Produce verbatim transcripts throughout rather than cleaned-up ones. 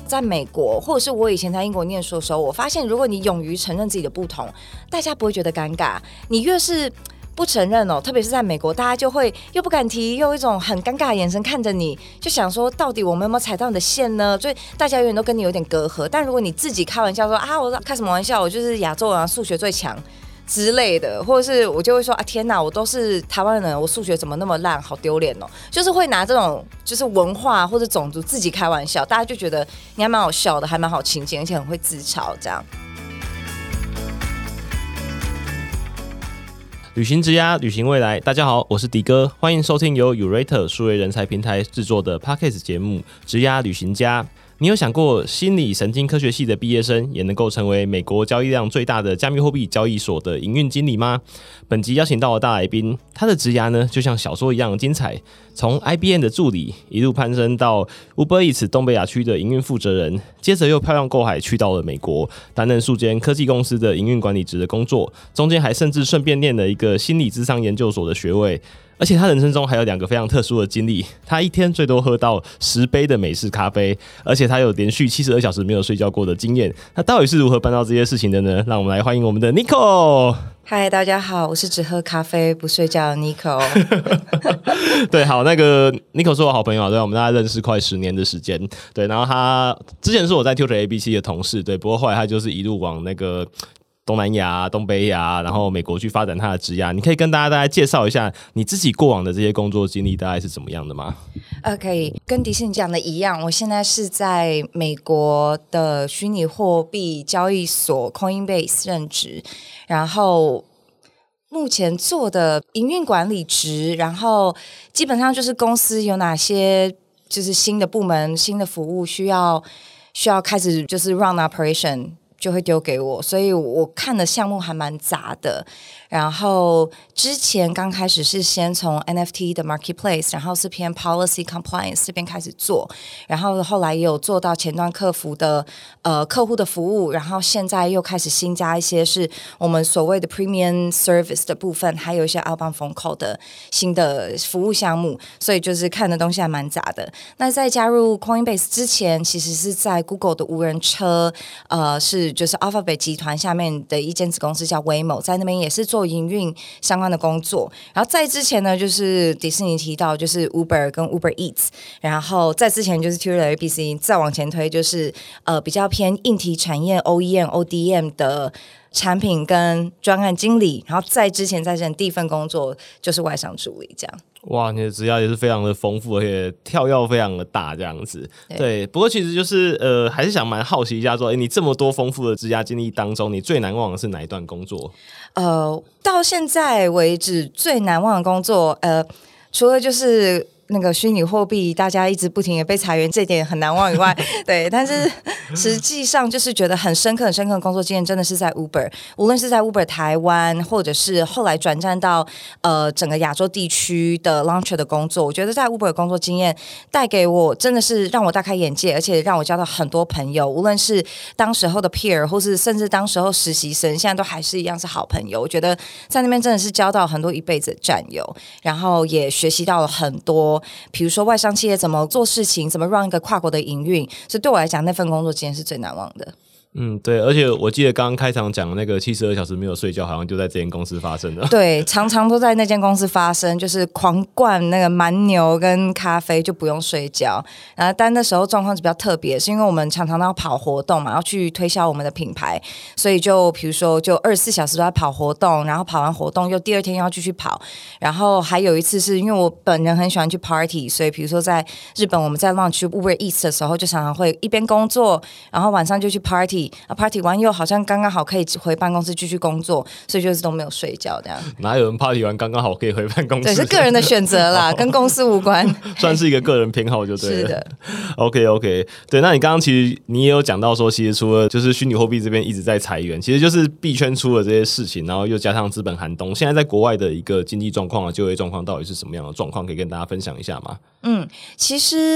在美国，或者是我以前在英国念书的时候，我发现如果你勇于承认自己的不同，大家不会觉得尴尬。你越是不承认哦，特别是在美国，大家就会又不敢提，又一种很尴尬的眼神看着你，就想说到底我们有没有踩到你的线呢？所以大家永远都跟你有点隔阂。但如果你自己开玩笑说啊，我开什么玩笑，我就是亚洲人啊，数学最强之类的，或者是我就会说啊，天哪，我都是台湾人，我数学怎么那么烂，好丢脸哦！就是会拿这种就是文化或者种族自己开玩笑，大家就觉得你还蛮好笑的，还蛮好亲近，而且很会自嘲这样。 旅行职涯，旅行未来。大家好，我是迪哥，欢迎收听由 Yourator 数位人才平台制作的 Podcast 节目《职涯旅行家》。你有想过，心理神经科学系的毕业生也能够成为美国交易量最大的加密货币交易所的营运经理吗？本集邀请到的大来宾，他的职涯呢，就像小说一样的精彩。从 I B M 的助理一路攀升到 Uber Eats 东北亚区的营运负责人，接着又漂洋过海去到了美国，担任数间科技公司的营运管理职的工作，中间还甚至顺便念了一个心理咨商研究所的学位。而且他人生中还有两个非常特殊的经历，他一天最多喝到十杯的美式咖啡，而且他有连续七十二小时没有睡觉过的经验。他到底是如何办到这些事情的呢？让我们来欢迎我们的 Nico。 嗨，大家好，我是只喝咖啡不睡觉的 Nico。 对，好，那个 Nico 是我好朋友，对，我们大概认识快十年的时间。对，然后他之前是我在 Tutor A B C 的同事，对，不过后来他就是一路往那个东南亚、东北亚，然后美国去发展他的职涯。你可以跟大家大概介绍一下你自己过往的这些工作经历大概是怎么样的吗？ 呃，可以跟迪士尼讲的一样，我现在是在美国的虚拟货币交易所 Coinbase 任职，然后目前做的营运管理职，然后基本上就是公司有哪些就是新的部门、新的服务需要需要开始就是 run operation，就会丢给我，所以我看的项目还蛮杂的。然后之前刚开始是先从 N F T 的 marketplace， 然后是偏 policy compliance 这边开始做，然后后来也有做到前端客服的呃客户的服务，然后现在又开始新加一些是我们所谓的 premium service 的部分，还有一些 outbound phone call 的新的服务项目，所以就是看的东西还蛮杂的。那在加入 Coinbase 之前，其实是在 Google 的无人车，呃，是就是 Alphabet 集团下面的一间子公司叫 Waymo， 在那边也是做营运相关的工作。然后在之前呢，就是迪士尼提到就是 Uber 跟 Uber Eats， 然后在之前就是 Tutor A B C， 再往前推就是呃比较偏硬体产业 O E M、O D M 的产品跟专案经理，然后在之前在这第一份工作就是外商助理这样。 哇，你的职业也是非常的丰富，而且跳跃非常的大，这样子。对，对，不过其实就是呃，还是想蛮好奇一下说，哎，你这么多丰富的职业经历当中，你最难忘的是哪一段工作？ 呃，到现在为止最难忘的工作，呃，除了就是那个虚拟货币大家一直不停的被裁员，这点很难忘以外，对，但是实际上就是觉得很深刻很深刻的工作经验真的是在 Uber， 无论是在 Uber 台湾，或者是后来转战到呃整个亚洲地区的 launcher 的工作，我觉得在 Uber 的工作经验带给我真的是让我大开眼界，而且让我交到很多朋友，无论是当时候的 peer 或是甚至当时候实习生，现在都还是一样是好朋友。我觉得在那边真的是交到很多一辈子的战友，然后也学习到了很多，比如说外商企业怎么做事情，怎么 run 一个跨国的营运，所以对我来讲那份工作经验是最难忘的。 嗯，对，而且我记得刚刚开场讲的那个七十二小时没有睡觉，好像就在这间公司发生的。 对，常常都在那间公司发生，就是狂灌那个蛮牛跟咖啡就不用睡觉。然后但那时候状况是比较特别，是因为我们常常都要跑活动嘛，要去推销我们的品牌，所以就比如说就二十四小时都在跑活动，然后跑完活动又第二天又要继续跑。然后还有一次是因为我本人很喜欢去 party， 所以比如说在日本我们在 launch Uber Eats 的时候，就常常会一边工作，然后晚上就去 party。啊 ，party 完又好像刚刚好可以回办公室继续工作，所以就是都没有睡觉这样。 哪有人 party 完刚刚好可以回办公室？ 对，是个人的选择啦，跟公司无关， 算是一个个人偏好就对了。 是的 ，OK OK， 对，那你刚刚其实你也有讲到说，其实除了就是虚拟货币这边一直在裁员，其实就是币圈出了这些事情，然后又加上资本寒冬，现在在国外的一个经济状况啊、就业状况到底是什么样的状况？可以跟大家分享一下吗？ 嗯，其实。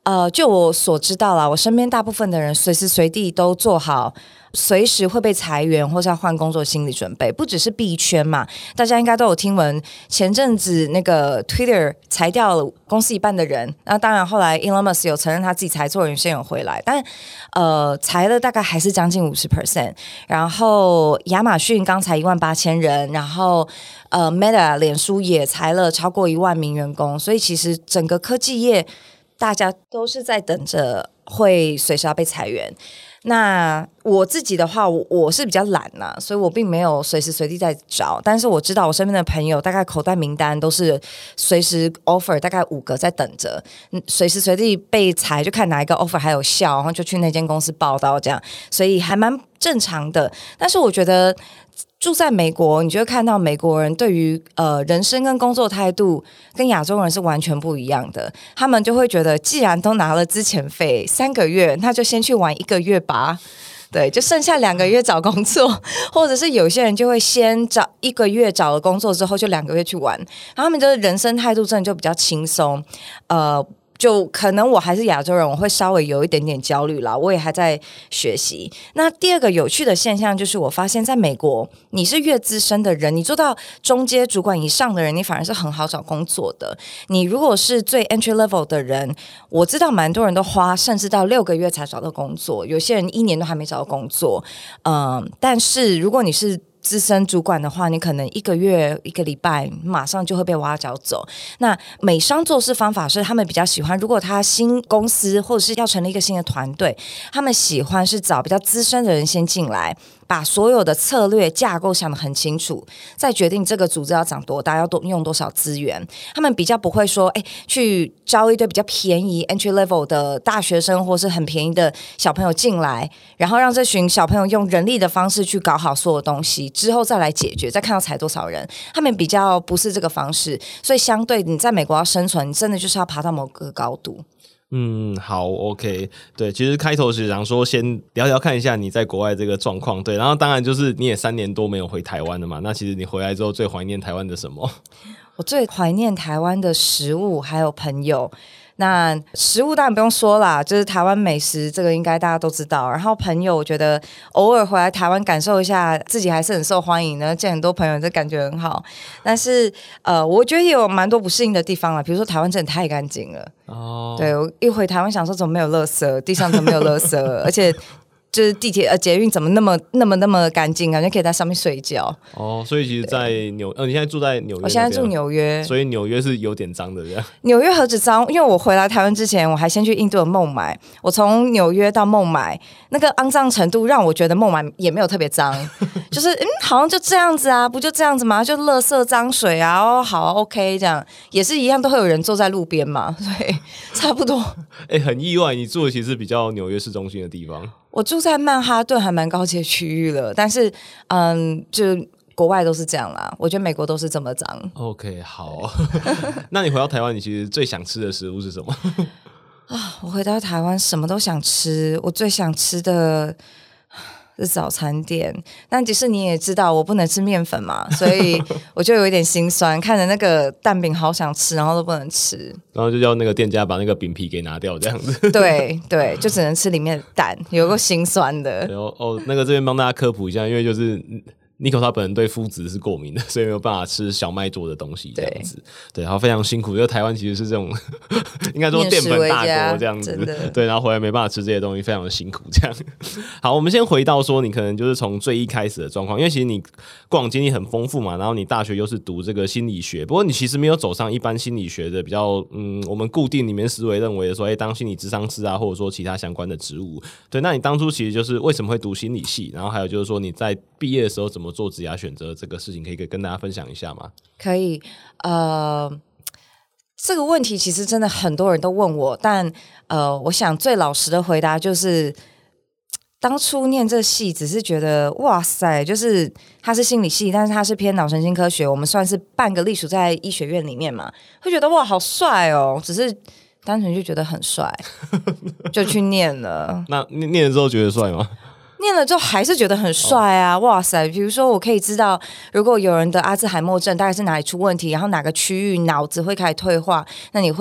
呃，就我所知道啦，我身边大部分的人随时随地都做好随时会被裁员或是要换工作心理准备，不只是币圈嘛，大家应该都有听闻，前阵子那个 Twitter 裁掉了公司一半的人，那当然后来 Elon Musk 有承认他自己裁错人，先有回来，但呃裁了大概还是将近 百分之五十， 然后亚马逊刚裁一万八千人，然后呃 Meta 脸书也裁了超过一万名员工，所以其实整个科技业大家都是在等着会随时要被裁员。那我自己的话，我我是比较懒啦，所以我并没有随时随地在找，但是我知道我身边的朋友大概口袋名单都是随时 offer 大概五个在等着，随时随地被裁就看哪一个 offer 还有效，然后就去那间公司报到这样，所以还蛮正常的。但是我觉得住在美国，你就会看到美国人对于呃人生跟工作态度跟亚洲人是完全不一样的。他们就会觉得，既然都拿了资遣费三个月，那就先去玩一个月吧。对，就剩下两个月找工作，或者是有些人就会先找一个月，找了工作之后就两个月去玩。然后他们的人生态度真的就比较轻松，呃。就可能我还是亚洲人，我会稍微有一点点焦虑啦，我也还在学习。那第二个有趣的现象就是，我发现在美国，你是越资深的人，你做到中阶主管以上的人，你反而是很好找工作的。你如果是最 entry level 的人，我知道蛮多人都花甚至到六个月才找到工作，有些人一年都还没找到工作。嗯，但是如果你是资深主管的话，你可能一个月一个礼拜马上就会被挖角走。那美商做事方法是他们比较喜欢，如果他新公司或者是要成立一个新的团队，他们喜欢是找比较资深的人先进来，把所有的策略架构想得很清楚，再决定这个组织要长多大，要多用多少资源。他们比较不会说，哎，去招一堆比较便宜 entry level 的大学生或是很便宜的小朋友进来，然后让这群小朋友用人力的方式去搞好所有东西，之后再来解决，再看到裁多少人。他们比较不是这个方式，所以相对你在美国要生存，你真的就是要爬到某个高度。 嗯，好 ，OK， 对，其实开头是想说先聊聊看一下你在国外这个状况，对，然后当然就是你也三年多没有回台湾了嘛，那其实你回来之后最怀念台湾的什么？ 我最怀念台湾的食物还有朋友。那食物当然不用说啦，就是台湾美食，这个应该大家都知道。然后朋友，我觉得偶尔回来台湾感受一下，自己还是很受欢迎的，见很多朋友，这感觉很好。但是呃，我觉得也有蛮多不适应的地方啦，比如说台湾真的太干净了。哦，对，我一回台湾想说怎么没有垃圾，地上怎么没有垃圾，而且就是地铁呃捷运怎么那么那么那么干净，感觉可以在上面睡觉。哦， 所以其实在纽呃你现在住在纽约， 我现在住纽约， 所以纽约是有点脏的这样。 纽约何止脏，因为我回来台湾之前，我还先去印度的孟买，我从纽约到孟买，那个肮脏程度让我觉得孟买也没有特别脏，就是嗯好像就这样子啊，不就这样子吗？就垃圾脏水啊，哦好啊 OK 这样，也是一样都会有人坐在路边嘛，所以差不多。 哎、欸，很意外，你住的其实比较纽约市中心的地方。 我住在曼哈顿，还蛮高级的区域了，但是嗯，就国外都是这样啦。我觉得美国都是这么脏。 OK， 好。那你回到台湾，你其实最想吃的食物是什么？ 啊，我回到台湾什么都想吃，我最想吃的是早餐店。但其实你也知道，我不能吃面粉嘛，所以我就有一点心酸，看着那个蛋饼好想吃，然后都不能吃。 然后就叫那个店家把那个饼皮给拿掉，这样子。 对对，就只能吃里面的蛋，有个心酸的。 然后哦，那个这边帮大家科普一下，因为就是Nico 他本人对麸质是过敏的，所以没有办法吃小麦做的东西，这样子。对，对，然后非常辛苦，因为台湾其实是这种应该说淀粉大国这样子，对，然后回来没办法吃这些东西，非常的辛苦。这样，好，我们先回到说，你可能就是从最一开始的状况，因为其实你过往经历很丰富嘛，然后你大学又是读这个心理学，不过你其实没有走上一般心理学的比较，嗯，我们固定里面思维认为的说，哎、欸，当心理咨商师啊，或者说其他相关的职务。对，那你当初其实就是为什么会读心理系，然后还有就是说你在毕业的时候怎么做职业选择这个事情，可以跟大家分享一下吗？ 可以，呃，这个问题其实真的很多人都问我，但呃，我想最老实的回答就是，当初念这系只是觉得哇塞，就是它是心理系，但是它是偏脑神经科学，我们算是半个隶属在医学院里面嘛，会觉得哇好帅哦，只是单纯就觉得很帅，就去念了。 那念了之后觉得帅吗？ 念了之后还是觉得很帅啊！哇塞，比如说我可以知道，如果有人的阿兹海默症大概是哪里出问题，然后哪个区域脑子会开始退化，那你会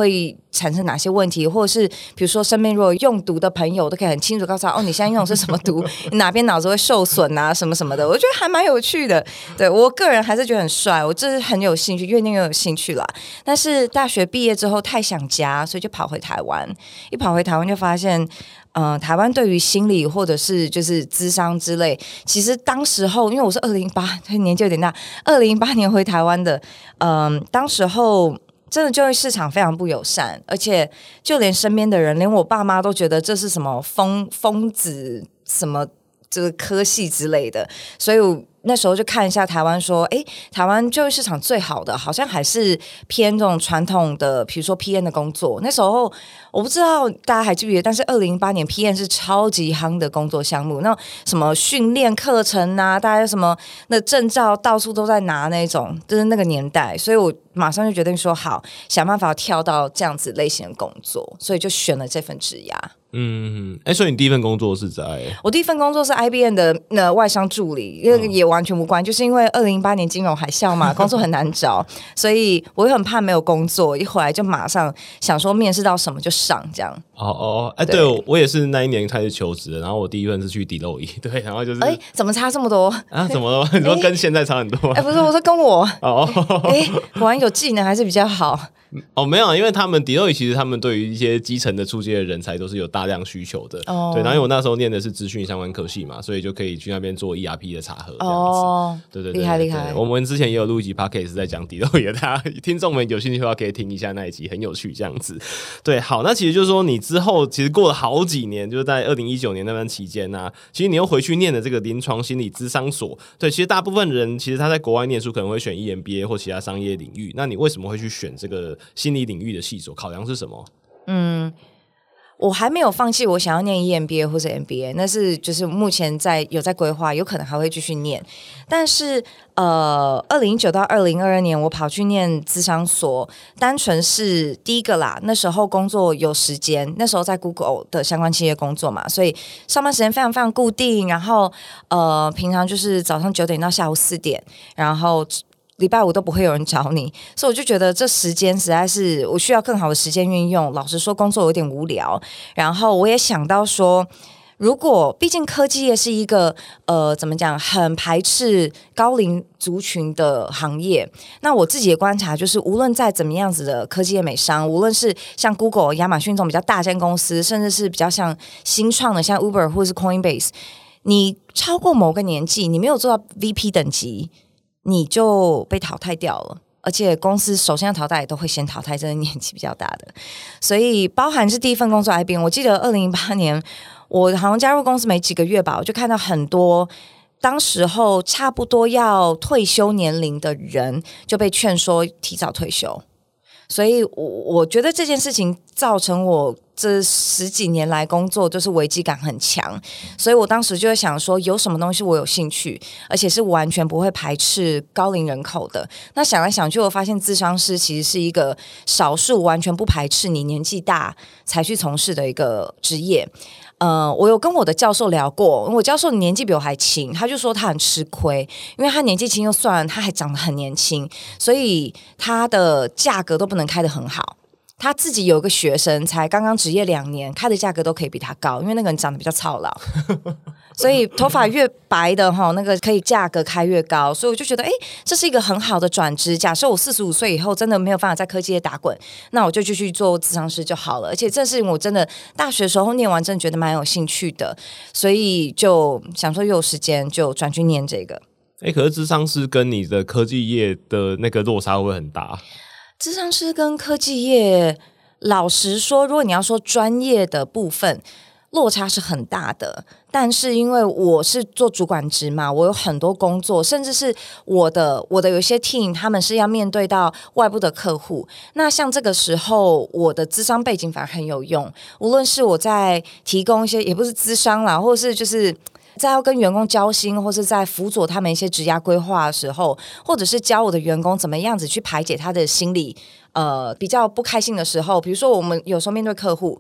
产生哪些问题，或者是比如说身边如果用毒的朋友，都可以很清楚告诉他哦，你现在用的是什么毒，你哪边脑子会受损啊，什么什么的，我觉得还蛮有趣的。对我个人还是觉得很帅，我就是很有兴趣，越念越有兴趣啦。但是大学毕业之后太想家，所以就跑回台湾。一跑回台湾就发现。呃，台湾对于心理或者是就是咨商之类，其实当时候因为我是二零一八，年纪有点大，二零一八年回台湾的，嗯、呃，当时候真的就业市场非常不友善，而且就连身边的人，连我爸妈都觉得这是什么疯疯子什么这个科系之类的，所以我那时候就看一下台湾说，哎，台湾就业市场最好的好像还是偏这种传统的，比如说 P M 的工作。那时候我不知道大家还记不记得，但是二零一八年 P M 是超级夯的工作项目，那什么训练课程啊，大家什么那证照到处都在拿那种，就是那个年代，所以我马上就决定说好，想办法跳到这样子类型的工作，所以就选了这份职涯。 嗯，哎，所以你第一份工作是在？ 我第一份工作是 I B M 的那外商助理，因为也完全无关，就是因为二零一八年金融海啸嘛，工作很难找，所以我也很怕没有工作，一回来就马上想说面试到什么就上这样。 哦哦，哎，对，我也是那一年开始求职的，然后我第一份是去 Deloitte， 对，然后就是， 哎，怎么差这么多啊？怎么了？你说跟现在差很多？ 哎，不是，我说跟我， 哦， 哎，果然有技能还是比较好。 哦，没有，因为他们 Deloitte 其实他们对于一些基层的出街的人才都是有大量需求的，哦、对。然后因为我那时候念的是资讯相关科系嘛，所以就可以去那边做 E R P 的查核，这样子。哦，对对对， 厉害厉害。 我们之前也有录一集 podcast 在讲 Deloitte， 大家听众们有兴趣的话可以听一下那一集，很有趣，这样子。对，好，那其实就是说你之后其实过了好几年，就是在二零一九年那段期间啊，其实你又回去念的这个临床心理咨商所。对，其实大部分人其实他在国外念书可能会选 E M B A 或其他商业领域，那你为什么会去选这个心理领域的系所？考量是什么？ 嗯，我还没有放弃我想要念 E M B A 或者 M B A， 那是就是目前在有在规划，有可能还会继续念。但是呃，二零一九到二零二二年我跑去念咨商所，单纯是第一个啦，那时候工作有时间，那时候在 Google 的相关企业工作嘛，所以上班时间非常非常固定，然后呃，平常就是早上九点到下午四点，然后礼拜五都不会有人找你，所以我就觉得这时间实在是我需要更好的时间运用。老实说，工作有点无聊。然后我也想到说，如果毕竟科技业是一个呃怎么讲，很排斥高龄族群的行业。那我自己的观察就是，无论在怎么样子的科技业美商，无论是像 Google、亚马逊这种比较大间公司，甚至是比较像新创的，像 Uber 或是 Coinbase， 你超过某个年纪，你没有做到 V P 等级，你就被淘汰掉了，而且公司首先要淘汰都会先淘汰这个年纪比较大的，所以包含是第一份工作 I B M， 我记得二零一八年我好像加入公司没几个月吧，我就看到很多当时候差不多要退休年龄的人就被劝说提早退休，所以我我觉得这件事情造成我这十几年来工作就是危机感很强，所以我当时就会想说，有什么东西我有兴趣，而且是完全不会排斥高龄人口的。那想来想去，我发现咨商师其实是一个少数完全不排斥你年纪大才去从事的一个职业。呃，我有跟我的教授聊过，我教授年纪比我还轻，他就说他很吃亏，因为他年纪轻就算了，他还长得很年轻，所以他的价格都不能开得很好。他自己有一个学生才刚刚职业两年，开的价格都可以比他高，因为那个人长得比较操劳，所以头发越白的哈，那个可以价格开越高。所以我就觉得，哎，这是一个很好的转职。假设我四十五岁以后真的没有办法在科技业打滚，那我就继续做咨商师就好了。而且这是我真的大学时候念完，真的觉得蛮有兴趣的，所以就想说又有时间就转去念这个。 哎，可是咨商师跟你的科技业的那个落差会不会很大？ 咨商师跟科技业，老实说，如果你要说专业的部分，落差是很大的。但是因为我是做主管职嘛，我有很多工作，甚至是我的我的有一些 team， 他们是要面对到外部的客户。那像这个时候，我的咨商背景反而很有用。无论是我在提供一些，也不是咨商啦，或者是就是在要跟员工交心，或是在辅佐他们一些职涯规划的时候，或者是教我的员工怎么样子去排解他的心理呃比较不开心的时候，比如说我们有时候面对客户。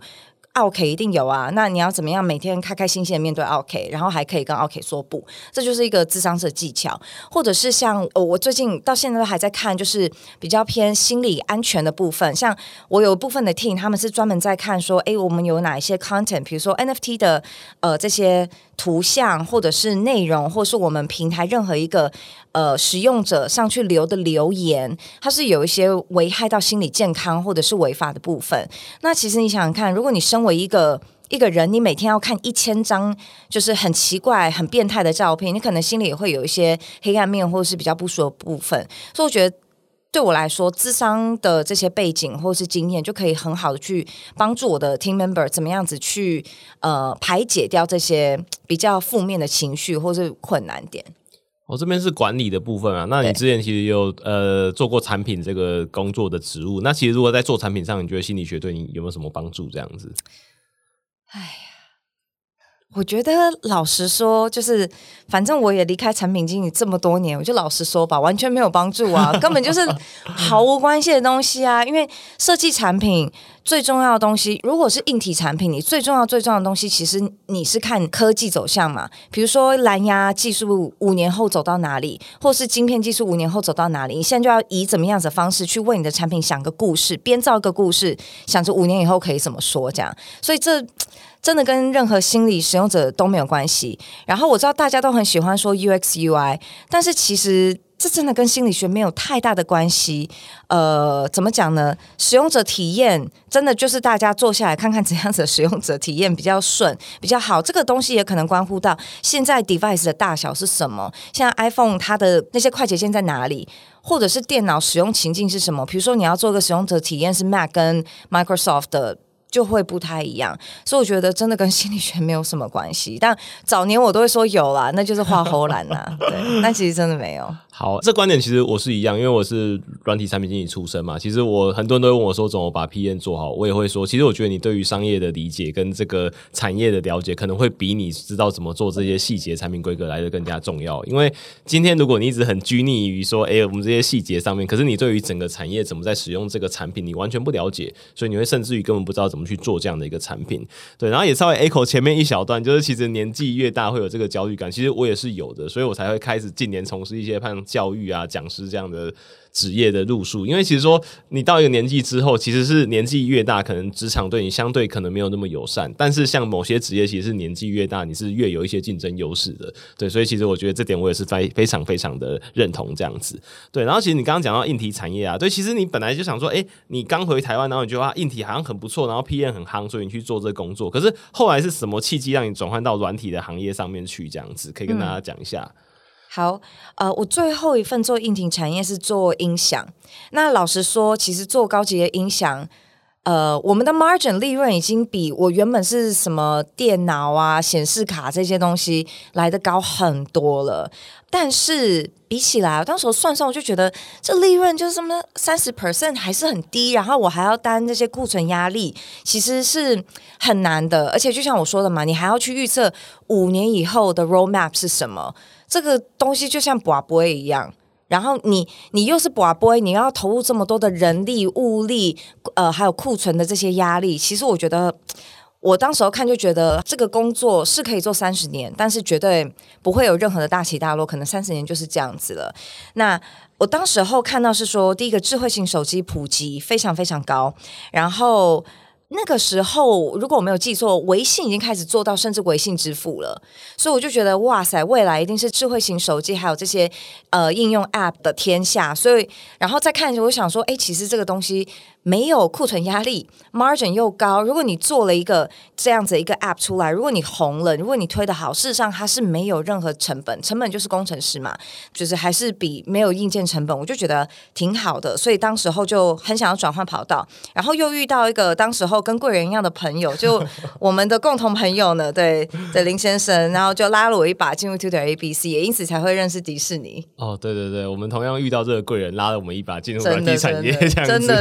OK 一定有啊，那你要怎么样每天开开心心的面对 OK， 然后还可以跟 OK 说不，这就是一个諮商师的技巧。或者是像、哦、我最近到现在都还在看，就是比较偏心理安全的部分，像我有部分的 team 他们是专门在看说，哎，我们有哪一些 content， 比如说 N F T 的呃这些图像或者是内容，或是我们平台任何一个呃使用者上去留的留言，它是有一些危害到心理健康或者是违法的部分。那其实你想想看，如果你身为一个一个人，你每天要看一千张就是很奇怪很变态的照片，你可能心里也会有一些黑暗面或者是比较不舒服的部分。所以我觉得对我来说，諮商的这些背景或是经验就可以很好的去帮助我的 team member 怎么样子去呃排解掉这些比较负面的情绪或是困难点。 我、哦、这边是管理的部分啊，那你之前其实有呃做过产品这个工作的职务，那其实如果在做产品上，你觉得心理学对你有没有什么帮助？这样子， 哎呀，我觉得老实说，就是反正我也离开产品经理这么多年，我就老实说吧，完全没有帮助啊，根本就是毫无关系的东西啊。因为设计产品最重要的东西，如果是硬体产品，你最重要最重要的东西，其实你是看科技走向嘛。比如说蓝牙技术五年后走到哪里，或是晶片技术五年后走到哪里，你现在就要以怎么样子的方式去为你的产品想个故事，编造一个故事，想着五年以后可以怎么说这样。所以这真的跟任何心理使用者都没有关系。然后我知道大家都很喜欢说 U X U I， 但是其实这真的跟心理学没有太大的关系。呃，怎么讲呢？使用者体验真的就是大家坐下来看看怎样子的使用者体验比较顺、比较好。这个东西也可能关乎到现在 device 的大小是什么，现在 iPhone 它的那些快捷键在哪里，或者是电脑使用情境是什么。比如说你要做个使用者体验是 Mac 跟 Microsoft 的，就会不太一样。所以我觉得真的跟心理学没有什么关系，但早年我都会说有啦，那就是画虎烂啦。对，但其实真的没有。 好，这观点其实我是一样，因为我是软体产品经理出身嘛。其实我很多人都会问我说怎么把 P M 做好，我也会说，其实我觉得你对于商业的理解跟这个产业的了解，可能会比你知道怎么做这些细节产品规格来的更加重要。因为今天如果你一直很拘泥于说，哎，我们这些细节上面，可是你对于整个产业怎么在使用这个产品，你完全不了解，所以你会甚至于根本不知道怎么去做这样的一个产品。对，然后也稍微 echo 前面一小段，就是其实年纪越大会有这个焦虑感，其实我也是有的，所以我才会开始近年从事一些像教育啊、讲师这样的职业的路数。因为其实说你到一个年纪之后，其实是年纪越大，可能职场对你相对可能没有那么友善，但是像某些职业其实是年纪越大，你是越有一些竞争优势的。对，所以其实我觉得这点我也是非非常非常的认同这样子。对，然后其实你刚刚讲到硬体产业啊，对，其实你本来就想说，哎，你刚回台湾，然后你觉得啊硬体好像很不错，然后 P M 很夯，所以你去做这个工作。可是后来是什么契机让你转换到软体的行业上面去？这样子可以跟大家讲一下。嗯好，呃，我最后一份做硬体产业是做音响。那老实说，其实做高级的音响，呃，我们的 margin 利润已经比我原本是什么电脑啊、显示卡这些东西来得高很多了。但是比起来，当时我算算，我就觉得这利润就是什么三十 percent 还是很低，然后我还要担这些库存压力，其实是很难的。而且就像我说的嘛，你还要去预测五年以后的 roadmap 是什么。这个东西就像拔波一样，然后你你又是拔波，你要投入这么多的人力物力，呃，还有库存的这些压力，其实我觉得，我当时候看就觉得这个工作是可以做三十年，但是绝对不会有任何的大起大落，可能三十年就是这样子了。那我当时候看到是说，第一个智慧型手机普及非常非常高，然后那个时候如果我没有记错，微信已经开始做到甚至微信支付了，所以我就觉得哇塞，未来一定是智慧型手机还有这些呃应用 App 的天下。所以然后再看，我想说，哎，其实这个东西没有库存压力 margin 又高，如果你做了一个这样子一个 app 出来，如果你红了，如果你推得好，事实上它是没有任何成本，成本就是工程师嘛，就是还是比没有硬件成本，我就觉得挺好的。所以当时候就很想要转换跑道，然后又遇到一个当时候跟贵人一样的朋友，就我们的共同朋友呢，对对林先生，然后就拉了我一把进入 Tutor A B C， 也因此才会认识迪士尼。 哦，对对对，我们同样遇到这个贵人，拉了我们一把进入软体产业，这样子， 真的真的。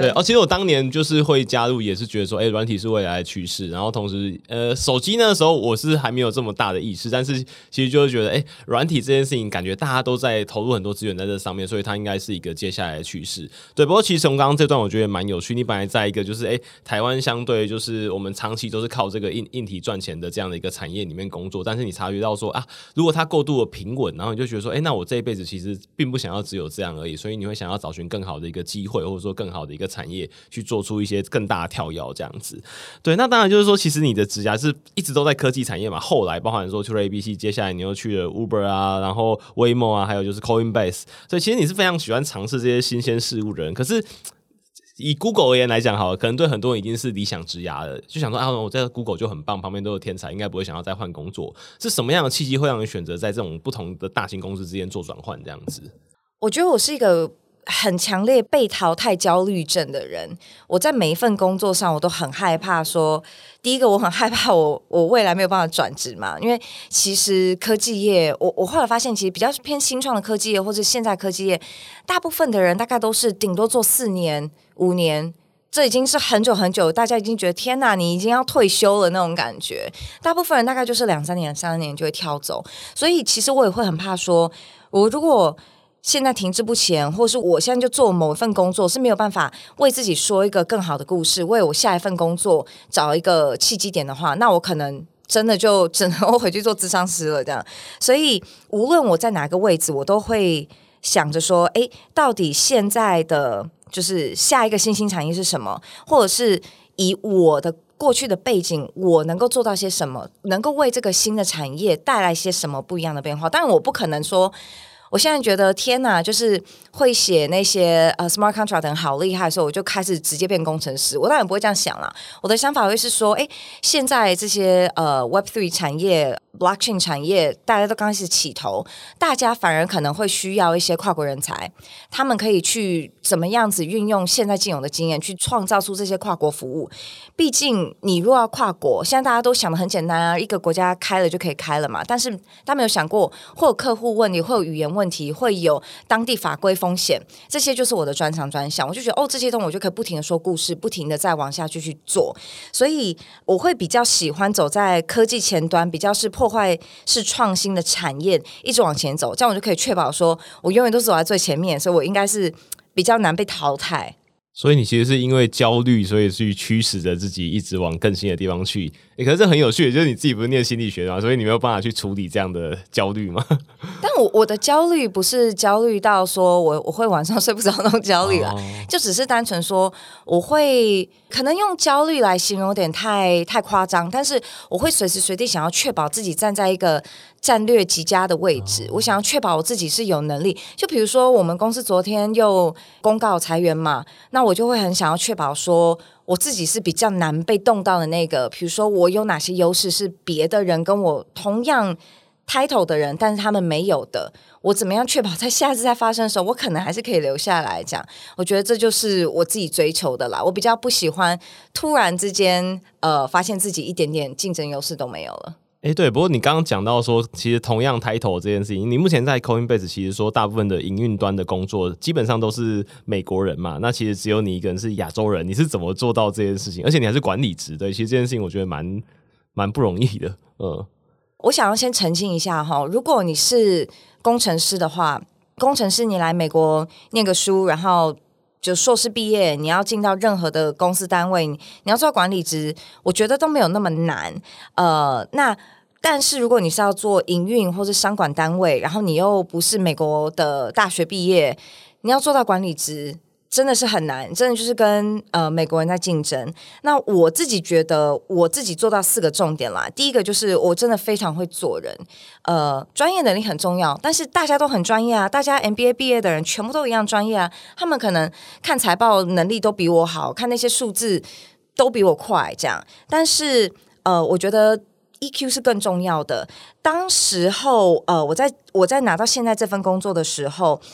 对哦，其实我当年就是会加入，也是觉得说，哎、欸，软体是未来的趋势。然后同时，呃，手机那时候我是还没有这么大的意识，但是其实就是觉得，哎、欸，软体这件事情，感觉大家都在投入很多资源在这上面，所以它应该是一个接下来的趋势。对，不过其实从刚刚这段我觉得蛮有趣。你本来在一个就是哎、欸，台湾相对就是我们长期都是靠这个硬硬体赚钱的这样的一个产业里面工作，但是你察觉到说啊，如果它过度的平稳，然后你就觉得说，哎、欸，那我这一辈子其实并不想要只有这样而已，所以你会想要找寻更好的一个机会，或者说更好的一个产业去做出一些更大的跳跃这样子。对，那当然就是说，其实你的职涯是一直都在科技产业嘛，后来包含说去了 A B C， 接下来你又去了 Uber 啊，然后 Waymo 啊，还有就是 Coinbase， 所以其实你是非常喜欢尝试这些新鲜事物的人。可是以 Google 而言来讲，好了，可能对很多人已经是理想职涯了，就想说啊，我在 Google 就很棒，旁边都有天才，应该不会想要再换工作。是什么样的契机会让你选择在这种不同的大型公司之间做转换这样子？ 我觉得我是一个很强烈被淘汰焦虑症的人。我在每一份工作上，我都很害怕说，第一个我很害怕我我未来没有办法转职嘛，因为其实科技业，我我后来发现，其实比较偏新创的科技业或者现在科技业，大部分的人大概都是顶多做四年、五年。这已经是很久很久，大家已经觉得天哪，你已经要退休了那种感觉。大部分人大概就是两三年、三年就会跳走，所以其实我也会很怕说，我如果现在停滞不前，或是我现在就做某一份工作是没有办法为自己说一个更好的故事，为我下一份工作找一个契机点的话，那我可能真的就只能回去做咨商师了这样。所以无论我在哪个位置，我都会想着说，哎，到底现在的就是下一个新兴产业是什么，或者是以我的过去的背景，我能够做到些什么，能够为这个新的产业带来些什么不一样的变化。当然我不可能说我现在觉得天哪，就是会写那些呃 smart contract 很好厉害的时候，我就开始直接变工程师。我当然不会这样想啦，我的想法会是说，哎，现在这些呃 Web 三 产业、blockchain 产业，大家都刚开始起头，大家反而可能会需要一些跨国人才，他们可以去怎么样子运用现在既有的经验，去创造出这些跨国服务。毕竟你如果要跨国，现在大家都想得很简单啊，一个国家开了就可以开了嘛。但是大家没有想过，会有客户问题，会有语言问题，会有当地法规风险，这些就是我的专长专项。我就觉得哦，这些东西我就可以不停的说故事，不停的再往下去去做。所以我会比较喜欢走在科技前端，比较是破坏式创新的产业，一直往前走，这样我就可以确保说我永远都是走在最前面，所以我应该是比较难被淘汰。 所以你其实是因为焦虑，所以去驱使着自己一直往更新的地方去。欸、可是这很有趣的，就是你自己不是念心理学嘛，所以你没有办法去处理这样的焦虑吗？ 但我我的焦虑不是焦虑到说我我会晚上睡不着那种焦虑啦，哦、就只是单纯说我会可能用焦虑来形容有点太太夸张，但是我会随时随地想要确保自己站在一个战略极佳的位置，我想要确保我自己是有能力。就比如说我们公司昨天又公告裁员嘛，那我就会很想要确保说我自己是比较难被动到的那个，比如说我有哪些优势是别的人跟我同样 title 的人，但是他们没有的，我怎么样确保在下次再发生的时候，我可能还是可以留下来。这样，我觉得这就是我自己追求的啦。我比较不喜欢突然之间，呃，发现自己一点点竞争优势都没有了。 哎，对，不过你刚刚讲到说，其实同样title这件事情，你目前在 Coinbase 其实说大部分的营运端的工作基本上都是美国人嘛，那其实只有你一个人是亚洲人，你是怎么做到这件事情？而且你还是管理职，对，其实这件事情我觉得蛮蛮不容易的。嗯， 我想要先澄清一下哈，如果你是工程师的话，工程师你来美国念个书，然后就硕士毕业，你要进到任何的公司单位，你要做管理职，我觉得都没有那么难。呃，那但是如果你是要做营运或是商管单位，然后你又不是美国的大学毕业，你要做到管理职真的是很难，真的就是跟呃美国人在竞争。那我自己觉得我自己做到四个重点啦。第一个就是我真的非常会做人，呃，专业能力很重要，但是大家都很专业啊，大家 M B A 毕业的人全部都一样专业啊，他们可能看财报能力都比我好，看那些数字都比我快，这样。但是呃，我觉得E Q 是更重要的。当时候，呃，我在我在拿到现在这份工作的时候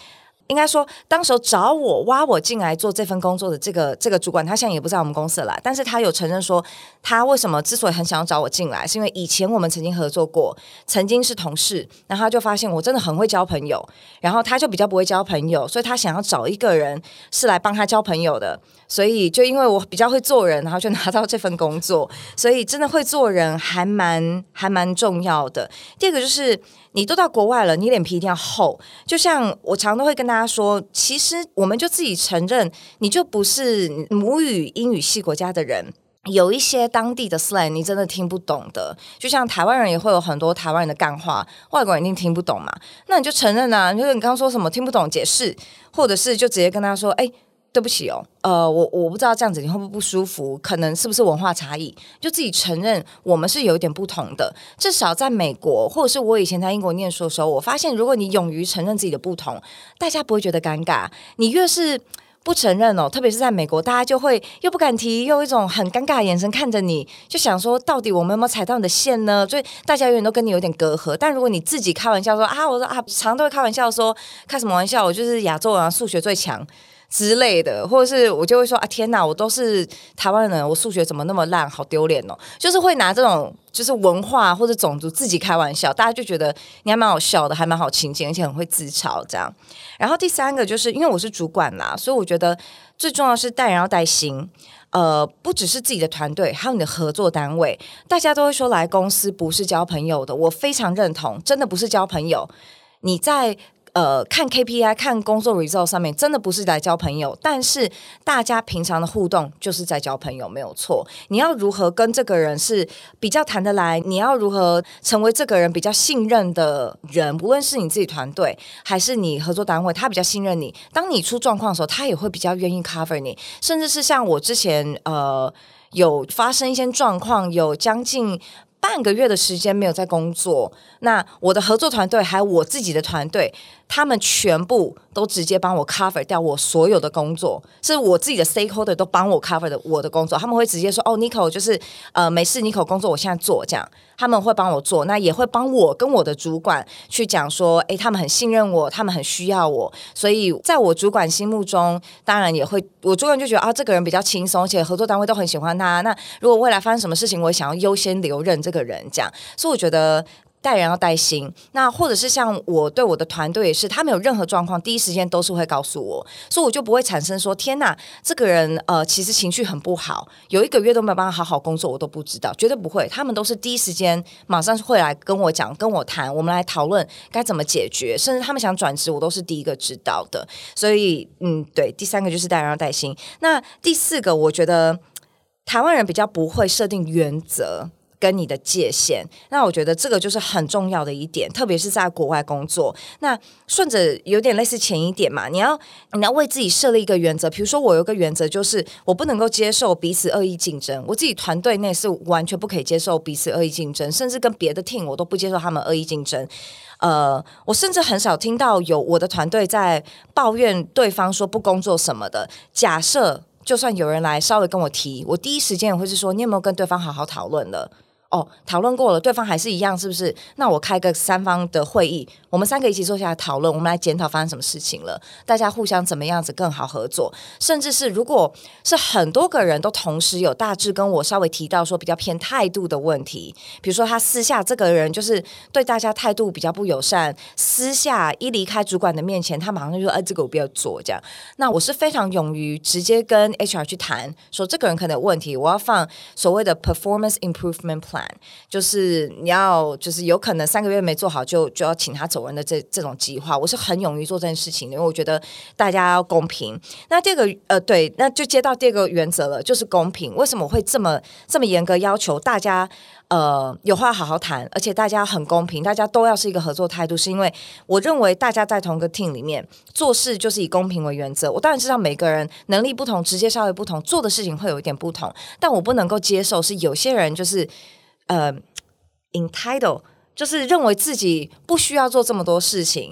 应该说当时候找我挖我进来做这份工作的这个这个主管，他现在也不在我们公司了，但是他有承认说他为什么之所以很想要找我进来，是因为以前我们曾经合作过，曾经是同事，然后他就发现我真的很会交朋友，然后他就比较不会交朋友，所以他想要找一个人是来帮他交朋友的，所以就因为我比较会做人，然后就拿到这份工作，所以真的会做人还蛮还蛮重要的。第二个就是你都到国外了，你脸皮一定要厚。就像我常都会跟大家说，其实我们就自己承认，你就不是母语英语系国家的人。有一些当地的 slang 你真的听不懂的，就像台湾人也会有很多台湾人的干话，外国人一定听不懂嘛。那你就承认啊，就是你刚刚说什么听不懂解释，或者是就直接跟他说，哎、欸。对不起哦，呃，我我不知道这样子你会不会不舒服，可能是不是文化差异，就自己承认我们是有一点不同的。至少在美国，或者是我以前在英国念书的时候，我发现如果你勇于承认自己的不同，大家不会觉得尴尬。你越是不承认哦，特别是在美国，大家就会又不敢提，又一种很尴尬的眼神看着你，就想说到底我们有没有踩到你的线呢？所以大家永远都跟你有点隔阂。但如果你自己开玩笑说啊，我说啊，常都会开玩笑说，开什么玩笑？我就是亚洲人，数学最强。之类的，或者是我就会说啊，天哪，我都是台湾人，我数学怎么那么烂，好丢脸哦！就是会拿这种就是文化或者种族自己开玩笑，大家就觉得你还蛮好笑的，还蛮好亲近，而且很会自嘲这样。然后第三个就是因为我是主管啦，所以我觉得最重要的是带人要带心。呃，不只是自己的团队，还有你的合作单位，大家都会说来公司不是交朋友的，我非常认同，真的不是交朋友。你在呃，看 K P I 看工作 result 上面真的不是来交朋友，但是大家平常的互动就是在交朋友，没有错。你要如何跟这个人是比较谈得来，你要如何成为这个人比较信任的人，无论是你自己团队还是你合作单位，他比较信任你，当你出状况的时候他也会比较愿意 cover 你。甚至是像我之前呃有发生一些状况，有将近半个月的时间没有在工作，那我的合作团队还有我自己的团队，他们全部都直接帮我 cover 掉我所有的工作，是我自己的 stakeholder 都帮我 cover 的我的工作，他们会直接说哦 Nico 就是呃没事 Nico 工作我现在做这样，他们会帮我做，那也会帮我跟我的主管去讲说，诶他们很信任我，他们很需要我，所以在我主管心目中，当然也会我主管就觉得啊这个人比较轻松，而且合作单位都很喜欢他，那如果未来发生什么事情，我也想要优先留任这个人这样，所以我觉得带人要带心，那或者是像我对我的团队也是，他们有任何状况，第一时间都是会告诉我，所以我就不会产生说天哪，这个人呃其实情绪很不好，有一个月都没有办法好好工作，我都不知道，绝对不会，他们都是第一时间马上会来跟我讲，跟我谈，我们来讨论该怎么解决，甚至他们想转职，我都是第一个知道的。所以嗯，对，第三个就是带人要带心。那第四个，我觉得台湾人比较不会设定原则跟你的界限，那我觉得这个就是很重要的一点，特别是在国外工作。那顺着有点类似前一点嘛，你要你要为自己设立一个原则，比如说我有一个原则就是我不能够接受彼此恶意竞争，我自己团队内是完全不可以接受彼此恶意竞争，甚至跟别的 team 我都不接受他们恶意竞争。呃，我甚至很少听到有我的团队在抱怨对方说不工作什么的。假设就算有人来稍微跟我提，我第一时间也会是说你有没有跟对方好好讨论了？哦，讨论过了，对方还是一样，是不是？那我开个三方的会议，我们三个一起坐下来讨论，我们来检讨发生什么事情了，大家互相怎么样子更好合作。甚至是如果是很多个人都同时有大致跟我稍微提到说比较偏态度的问题，比如说他私下这个人就是对大家态度比较不友善，私下一离开主管的面前，他马上就说：“哎，这个我不要做。”这样，那我是非常勇于直接跟 H R 去谈，说这个人可能有问题，我要放所谓的 performance improvement plan。就是你要就是有可能三个月没做好就就要请他走人的这这种计划，我是很勇于做这件事情的，因为我觉得大家要公平。那第二个呃对，那就接到第二个原则了，就是公平。为什么我会这么这么严格要求大家呃有话好好谈，而且大家很公平，大家都要是一个合作态度，是因为我认为大家在同一个 team 里面做事就是以公平为原则。我当然知道每个人能力不同，直接稍微不同，做的事情会有一点不同，但我不能够接受是有些人就是呃 entitled， 就是认为自己不需要做这么多事情，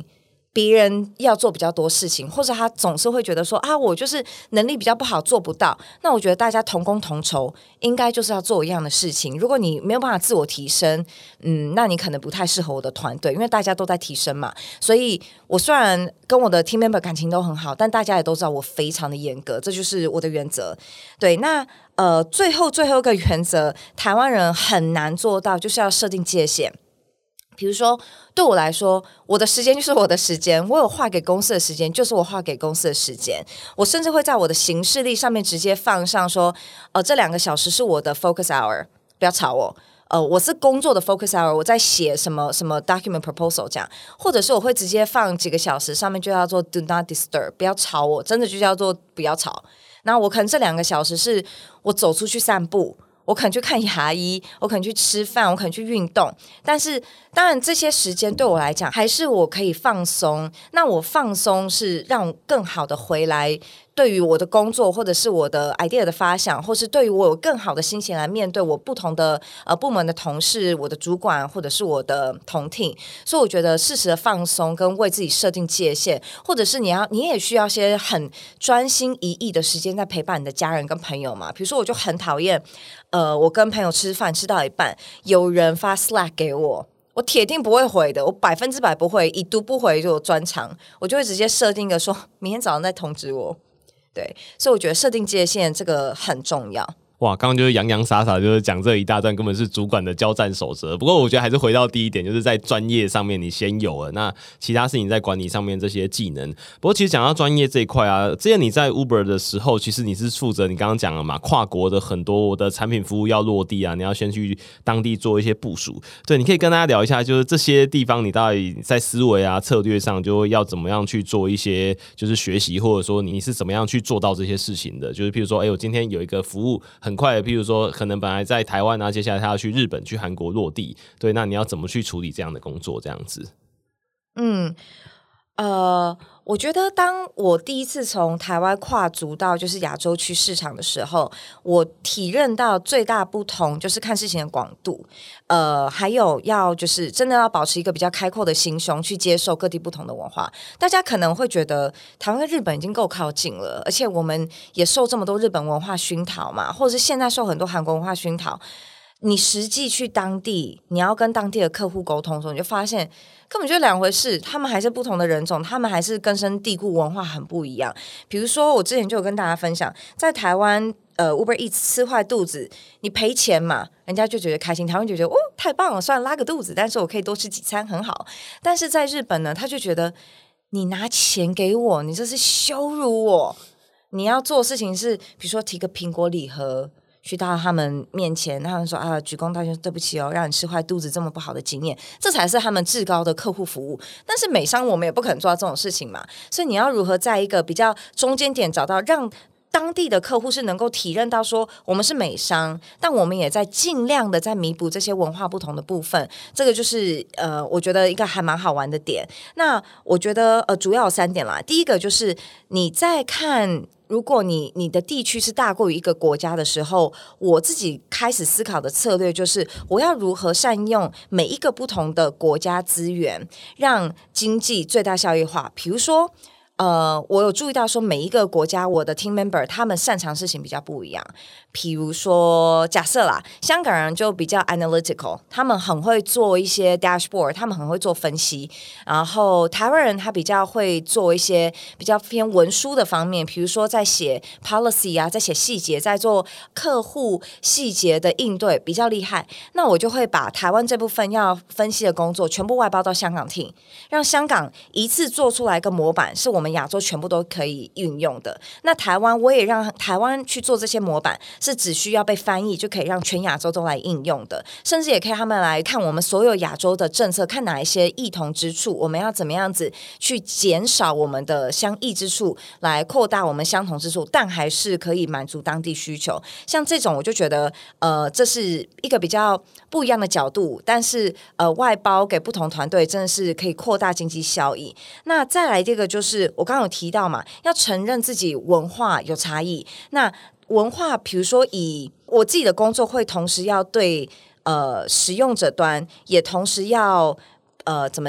别人要做比较多事情，或者他总是会觉得说啊，我就是能力比较不好做不到，那我觉得大家同工同酬应该就是要做一样的事情。如果你没有办法自我提升，嗯，那你可能不太适合我的团队，因为大家都在提升嘛。所以我虽然跟我的 team member 感情都很好，但大家也都知道我非常的严格，这就是我的原则。对，那呃，最后最后一个原则，台湾人很难做到，就是要设定界限。比如说对我来说，我的时间就是我的时间，我有划给公司的时间就是我划给公司的时间，我甚至会在我的行事历上面直接放上说，呃，这两个小时是我的 focus hour， 不要吵我。呃，我是工作的 focus hour， 我在写什么什么 document proposal 这样，或者是我会直接放几个小时，上面就叫做 do not disturb， 不要吵我，真的就叫做不要吵。那我可能这两个小时是我走出去散步，我可能去看牙医，我可能去吃饭，我可能去运动，但是当然这些时间对我来讲还是我可以放松。那我放松是让更好的回来对于我的工作，或者是我的 idea 的发想，或是对于我有更好的心情来面对我不同的呃部门的同事，我的主管，或者是我的同 team。所以我觉得适时的放松跟为自己设定界限，或者是你要你也需要些很专心一意的时间在陪伴你的家人跟朋友嘛。比如说我就很讨厌呃我跟朋友吃饭吃到一半有人发 Slack 给我，我铁定不会回的，我百分之百不会，已读不回就专长，我就会直接设定一个说明天早上再通知我。对，所以我觉得设定界限这个很重要。 哇，刚刚就是洋洋洒洒就是讲这一大段，根本是主管的交战守则。不过我觉得还是回到第一点，就是在专业上面你先有了，那其他事情在管理上面这些技能。不过其实讲到专业这一块啊，之前你在 Uber 的时候，其实你是负责你刚刚讲了嘛，跨国的很多的产品服务要落地啊，你要先去当地做一些部署。对，你可以跟大家聊一下，就是这些地方你到底在思维啊策略上，就要怎么样去做一些就是学习，或者说你是怎么样去做到这些事情的。就是譬如说，哎，我今天有一个服务很快的，譬如说可能本来在台湾啊，接下来他要去日本去韩国落地，对，那你要怎么去处理这样的工作这样子？ 嗯呃，我觉得当我第一次从台湾跨足到就是亚洲区市场的时候，我体认到最大不同就是看事情的广度，呃，还有要就是真的要保持一个比较开阔的心胸去接受各地不同的文化。大家可能会觉得台湾跟日本已经够靠近了，而且我们也受这么多日本文化熏陶嘛，或者是现在受很多韩国文化熏陶。你实际去当地，你要跟当地的客户沟通的时候，你就发现根本就两回事，他们还是不同的人种，他们还是根深蒂固，文化很不一样。比如说我之前就有跟大家分享，在台湾呃 Uber Eats 吃坏肚子，你赔钱嘛，人家就觉得开心，台湾就觉得哦太棒了，虽然拉个肚子，但是我可以多吃几餐，很好。但是在日本呢，他就觉得你拿钱给我，你这是羞辱我。你要做的事情是，比如说提个苹果礼盒去到他们面前，他们说啊，鞠躬道歉，对不起哦，让你吃坏肚子这么不好的经验，这才是他们至高的客户服务。但是美商我们也不可能做到这种事情嘛，所以你要如何在一个比较中间点找到让当地的客户是能够体认到说我们是美商，但我们也在尽量的在弥补这些文化不同的部分。这个就是呃，我觉得一个还蛮好玩的点。那我觉得呃，主要有三点啦。第一个就是你在看。如果你你的地区是大过于一个国家的时候，我自己开始思考的策略就是我要如何善用每一个不同的国家资源，让经济最大效益化。比如说呃，我有注意到说每一个国家我的 team member 他们擅长事情比较不一样。比如说假设啦，香港人就比较 analytical， 他们很会做一些 dashboard， 他们很会做分析。然后台湾人他比较会做一些比较偏文书的方面，比如说在写 policy 啊，在写细节，在做客户细节的应对比较厉害。那我就会把台湾这部分要分析的工作全部外包到香港 team， 让香港一次做出来一个模板，是我们亚洲全部都可以运用的。那台湾我也让台湾去做这些模板，是只需要被翻译就可以让全亚洲都来应用的，甚至也可以他们来看我们所有亚洲的政策，看哪一些异同之处，我们要怎么样子去减少我们的相异之处，来扩大我们相同之处，但还是可以满足当地需求。像这种我就觉得呃，这是一个比较不一样的角度，但是呃，外包给不同团队真的是可以扩大经济效益。那再来这个就是我刚刚有提到嘛，要承认自己文化有差异。那文化比如说以我自己的工作会同时要对呃使用者端，也同时要呃怎么讲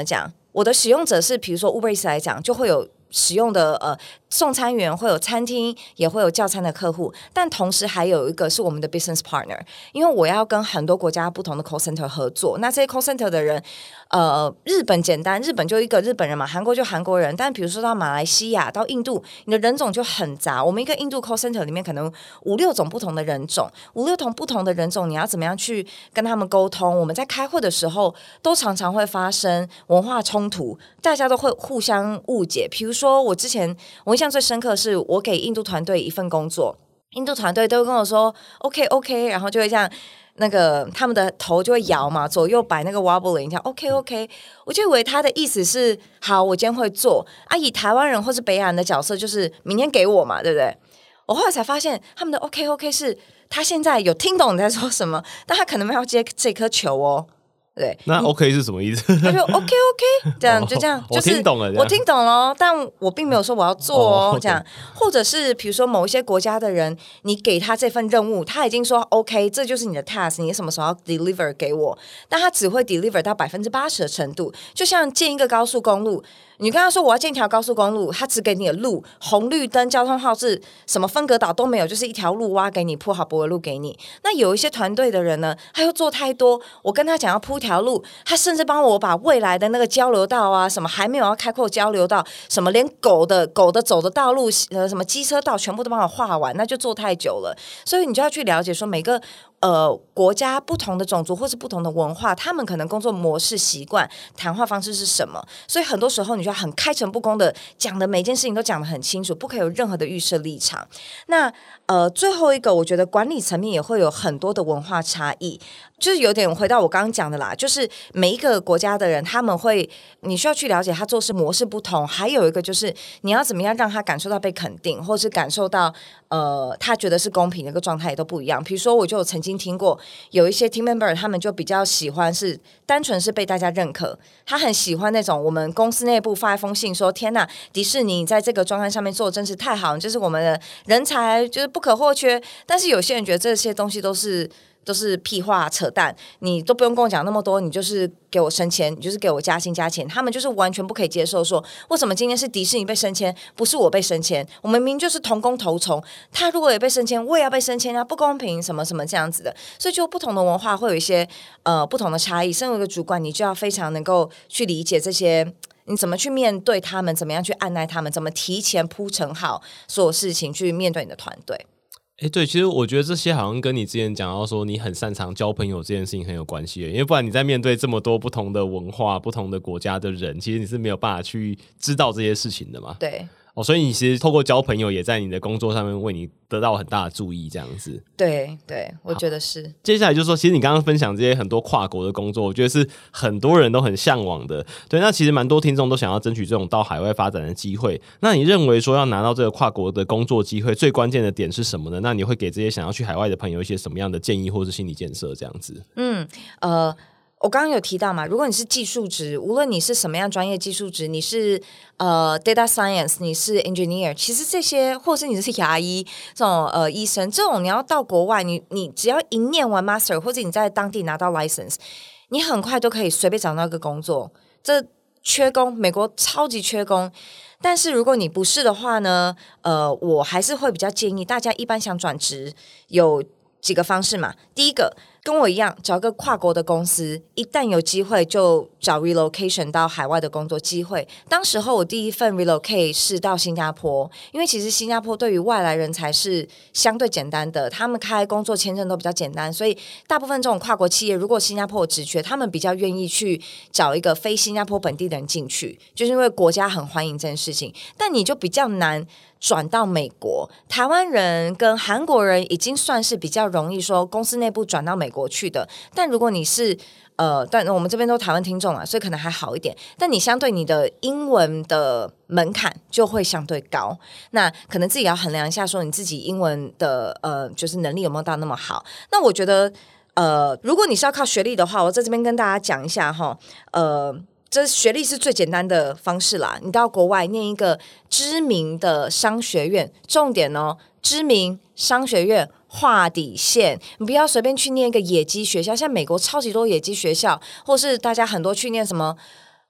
我的使用者是，比如说 Uber Eats 来讲，就会有使用的呃送餐员，会有餐厅，也会有叫餐的客户，但同时还有一个是我们的 business partner， 因为我要跟很多国家不同的 call center 合作，那这些 call center 的人，呃，日本简单，日本就一个日本人嘛，韩国就韩国人，但比如说到马来西亚、到印度，你的人种就很杂。我们一个印度 call center 里面可能五六种不同的人种，五六种不同的人种，你要怎么样去跟他们沟通？我们在开会的时候，都常常会发生文化冲突，大家都会互相误解。比如说，我之前我印象最深刻的是，我给印度团队一份工作，印度团队都会跟我说 OK OK， 然后就会这样。那个他们的头就会摇嘛，左右摆那个 wobbling， 这样 OK OK， 我就以为他的意思是好，我今天会做啊。以台湾人或是北亚人的角色，就是明天给我嘛，对不对？我后来才发现，他们的 OK OK 是他现在有听懂你在说什么，但他可能没有接这颗球哦。对， 那 OK 是什么意思？ 他就 OK OK， 这样就这样， 哦、 就是我听懂了， 我听懂了，但我并没有说我要做哦， 哦这样，或者是比如说某一些国家的人，你给他这份任务，他已经说 OK， 这就是你的 task， 你什么时候要 deliver 给我，但他只会 deliver 到百分之八十的程度，就像建一个高速公路。你跟他说我要建一条高速公路，他只给你的路、红绿灯、交通号志、什么分隔岛都没有，就是一条路挖给你，铺好柏油路给你。那有一些团队的人呢，他又做太多，我跟他讲要铺条路，他甚至帮我把未来的那个交流道啊，什么还没有要开阔交流道，什么连狗的狗的走的道路，呃，什么机车道全部都帮我画完，那就做太久了。所以你就要去了解说每个。呃，国家不同的种族或是不同的文化，他们可能工作模式、习惯、谈话方式是什么？所以很多时候你就要很开诚布公的讲的每件事情都讲得很清楚，不可以有任何的预设立场。那呃，最后一个，我觉得管理层面也会有很多的文化差异，就是有点回到我刚刚讲的啦，就是每一个国家的人，他们会你需要去了解他做事模式不同，还有一个就是你要怎么样让他感受到被肯定，或是感受到呃他觉得是公平的一个状态也都不一样。比如说，我就有曾经听过有一些 team member， 他们就比较喜欢是单纯是被大家认可，他很喜欢那种我们公司内部发一封信说，天哪，迪士尼在这个专案上面做的真是太好，就是我们的人才就是不可或缺。但是有些人觉得这些东西都是都是屁话扯淡，你都不用跟我讲那么多，你就是给我升迁，你就是给我加薪加钱。他们就是完全不可以接受说，为什么今天是迪士尼被升迁，不是我被升迁？我们明明就是同工同酬，他如果也被升迁，我也要被升迁啊，不公平什么什么这样子的。所以就不同的文化会有一些呃不同的差异。身为一个主管，你就要非常能够去理解这些。你怎么去面对他们？怎么样去按捺他们？怎么提前铺陈好所有事情去面对你的团队？ 哎，对，其实我觉得这些好像跟你之前讲到说你很擅长交朋友这件事情很有关系，因为不然你在面对这么多不同的文化、不同的国家的人，其实你是没有办法去知道这些事情的嘛。 对。 哦，所以你其实透过交朋友，也在你的工作上面为你得到很大的注意，这样子。 对对，我觉得是。 接下来就是说，其实你刚刚分享这些很多跨国的工作，我觉得是很多人都很向往的。对，那其实蛮多听众都想要争取这种到海外发展的机会。那你认为说要拿到这个跨国的工作机会，最关键的点是什么呢？那你会给这些想要去海外的朋友一些什么样的建议或是心理建设？这样子。 嗯，呃。我刚刚有提到嘛，如果你是技术职，无论你是什么样专业技术职，你是呃 data science， 你是 engineer， 其实这些，或是你是牙医这种呃医生，这种你要到国外，你你只要一念完 master， 或者你在当地拿到 license， 你很快都可以随便找到一个工作。这缺工，美国超级缺工。但是如果你不是的话呢，呃，我还是会比较建议大家一般想转职有几个方式嘛。第一个，跟我一样找一个跨国的公司，一旦有机会就找 relocation 到海外的工作机会。当时候我第一份 relocate 是到新加坡，因为其实新加坡对于外来人才是相对简单的，他们开工作签证都比较简单，所以大部分这种跨国企业，如果新加坡有职缺，他们比较愿意去找一个非新加坡本地的人进去，就是因为国家很欢迎这件事情。但你就比较难转到美国，台湾人跟韩国人已经算是比较容易说公司内部转到美国去的，但如果你是呃，但我们这边都台湾听众啊，所以可能还好一点。但你相对你的英文的门槛就会相对高，那可能自己要衡量一下，说你自己英文的呃，就是能力有没有到那么好。那我觉得呃，如果你是要靠学历的话，我在这边跟大家讲一下哈，呃。这学历是最简单的方式啦，你到国外念一个知名的商学院，重点哦，知名商学院划底线，你不要随便去念一个野鸡学校，像美国超级多野鸡学校，或是大家很多去念什么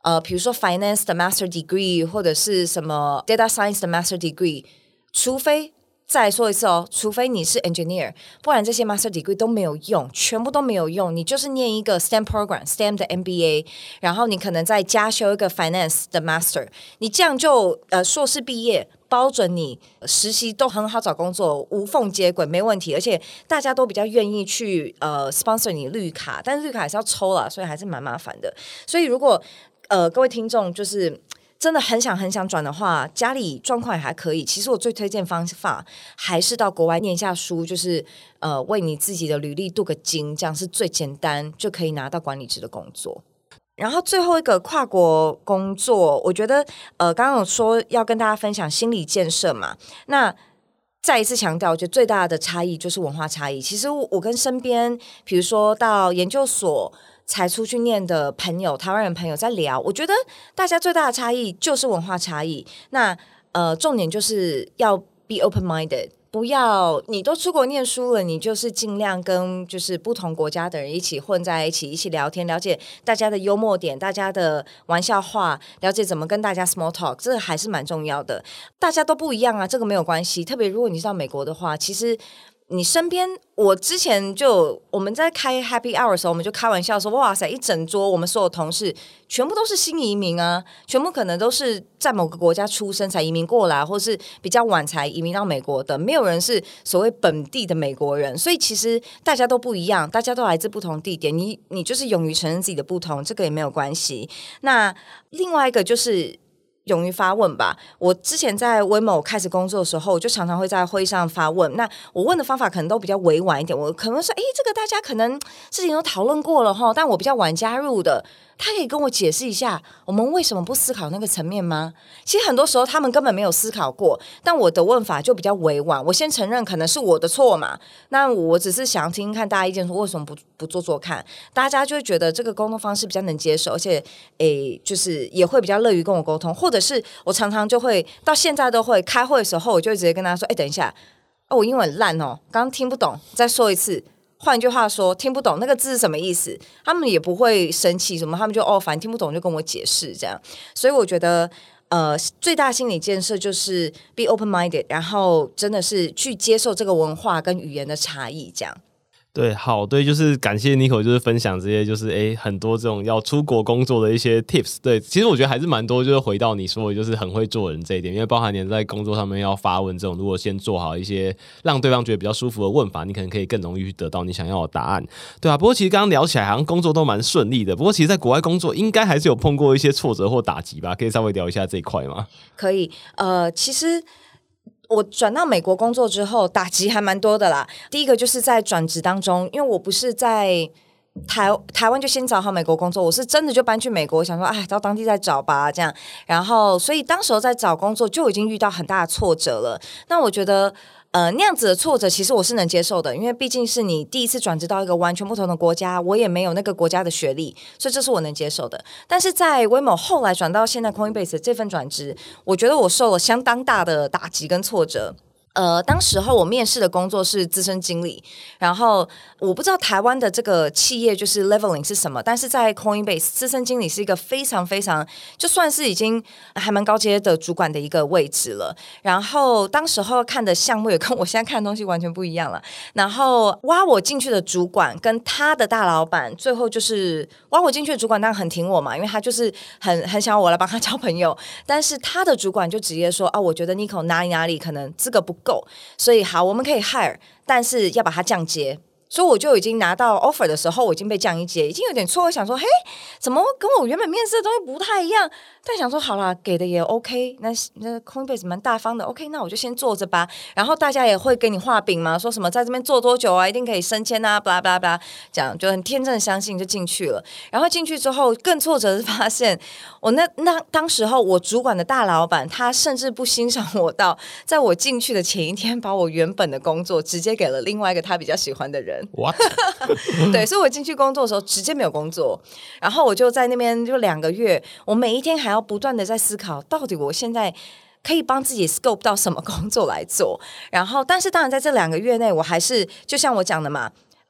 呃，比如说 finance 的 master degree 或者是什么 data science 的 master degree， 除非再说一次哦，除非你是 engineer， 不然这些 master degree 都没有用，全部都没有用。你就是念一个 S T E M program S T E M 的 M B A， 然后你可能再加修一个 finance 的 master， 你这样就呃硕士毕业，包准你实习都很好找工作，无缝接轨没问题，而且大家都比较愿意去呃 sponsor 你绿卡，但是绿卡还是要抽啦，所以还是蛮麻烦的。所以如果呃各位听众就是真的很想很想转的话，家里状况也还可以。其实我最推荐方法还是到国外念一下书，就是呃为你自己的履历镀个金，这样是最简单就可以拿到管理职的工作。然后最后一个跨国工作，我觉得呃刚刚有说要跟大家分享心理建设嘛，那再一次强调，我觉得最大的差异就是文化差异。其实我跟身边比如说到研究所才出去念的朋友，台湾人朋友在聊，我觉得大家最大的差异就是文化差异。那呃，重点就是要 be open-minded， 不要你都出国念书了，你就是尽量跟就是不同国家的人一起混在一起，一起聊天，了解大家的幽默点，大家的玩笑话，了解怎么跟大家 small talk， 这还是蛮重要的。大家都不一样啊，这个没有关系。特别如果你是到美国的话，其实你身边，我之前就我们在开 Happy Hour 的时候，我们就开玩笑说，哇塞，一整桌我们所有同事全部都是新移民啊，全部可能都是在某个国家出生才移民过来，或是比较晚才移民到美国的，没有人是所谓本地的美国人，所以其实大家都不一样，大家都来自不同地点，你你就是勇于承认自己的不同，这个也没有关系。那另外一个就是勇于发问吧。我之前在 Waymo 开始工作的时候，我就常常会在会议上发问。那我问的方法可能都比较委婉一点，我可能说，哎，这个大家可能之前都讨论过了哈，但我比较晚加入的，他可以跟我解释一下，我们为什么不思考那个层面吗？其实很多时候他们根本没有思考过，但我的问法就比较委婉。我先承认可能是我的错嘛，那我只是想听听看大家意见，说为什么不不做做看，大家就会觉得这个沟通方式比较能接受，而且诶，就是也会比较乐于跟我沟通。或者是我常常就会到现在都会开会的时候，我就会直接跟他说，哎，等一下，哦，我英文很烂哦，刚刚听不懂，再说一次。换句话说，听不懂那个字是什么意思，他们也不会生气什么，他们就哦，反正听不懂就跟我解释这样。所以我觉得呃，最大心理建设就是 be open-minded， 然后真的是去接受这个文化跟语言的差异这样。 对，好，对，就是感谢 Nico， 就是分享这些，就是诶很多这种要出国工作的一些 tips。对，其实我觉得还是蛮多，就是回到你说的，就是很会做人这一点，因为包含你在工作上面要发问这种，如果先做好一些让对方觉得比较舒服的问法，你可能可以更容易去得到你想要的答案，对啊。不过其实刚刚聊起来，好像工作都蛮顺利的，不过其实在国外工作应该还是有碰过一些挫折或打击吧？可以稍微聊一下这一块吗？ 可以，呃，其实我转到美国工作之后，打击还蛮多的啦。第一个就是在转职当中，因为我不是在台台湾就先找好美国工作，我是真的就搬去美国，想说哎，到当地再找吧，这样。然后，所以当时候在找工作就已经遇到很大的挫折了。那我觉得。呃，那样子的挫折其实我是能接受的，因为毕竟是你第一次转职到一个完全不同的国家，我也没有那个国家的学历，所以这是我能接受的。但是在 Waymo 后来转到现在 Coinbase 的这份转职，我觉得我受了相当大的打击跟挫折。呃，当时候我面试的工作是资深经理，然后我不知道台湾的这个企业就是 leveling 是什么，但是在 Coinbase 资深经理是一个非常非常就算是已经还蛮高阶的主管的一个位置了。然后当时候看的项目也跟我现在看的东西完全不一样了。然后挖我进去的主管跟他的大老板，最后就是挖我进去的主管当然很挺我嘛，因为他就是很很想我来帮他交朋友，但是他的主管就直接说啊，我觉得 Nico 哪里哪里可能资格不够，所以好，我们可以 hire， 但是要把它降阶。所以我就已经拿到 offer 的时候，我已经被降一阶，已经有点错愕，想说，嘿，怎么跟我原本面试的东西不太一样？但想说，好啦，给的也 OK， 那那 Coinbase 蛮大方的 ，OK， 那我就先做着吧。然后大家也会给你画饼嘛，说什么在这边做多久啊，一定可以升迁啊，巴拉巴拉巴拉，这样就很天真的相信就进去了。然后进去之后，更挫折是发现，我那那当时候我主管的大老板，他甚至不欣赏我到，在我进去的前一天，把我原本的工作直接给了另外一个他比较喜欢的人。 What？ 对，所以我进去工作的时候直接没有工作，然后我就在那边就两个月，我每一天还要不断的在思考，到底我现在可以帮自己 scope 到什么工作来做。然后，但是当然在这两个月内，我还是就像我讲的嘛。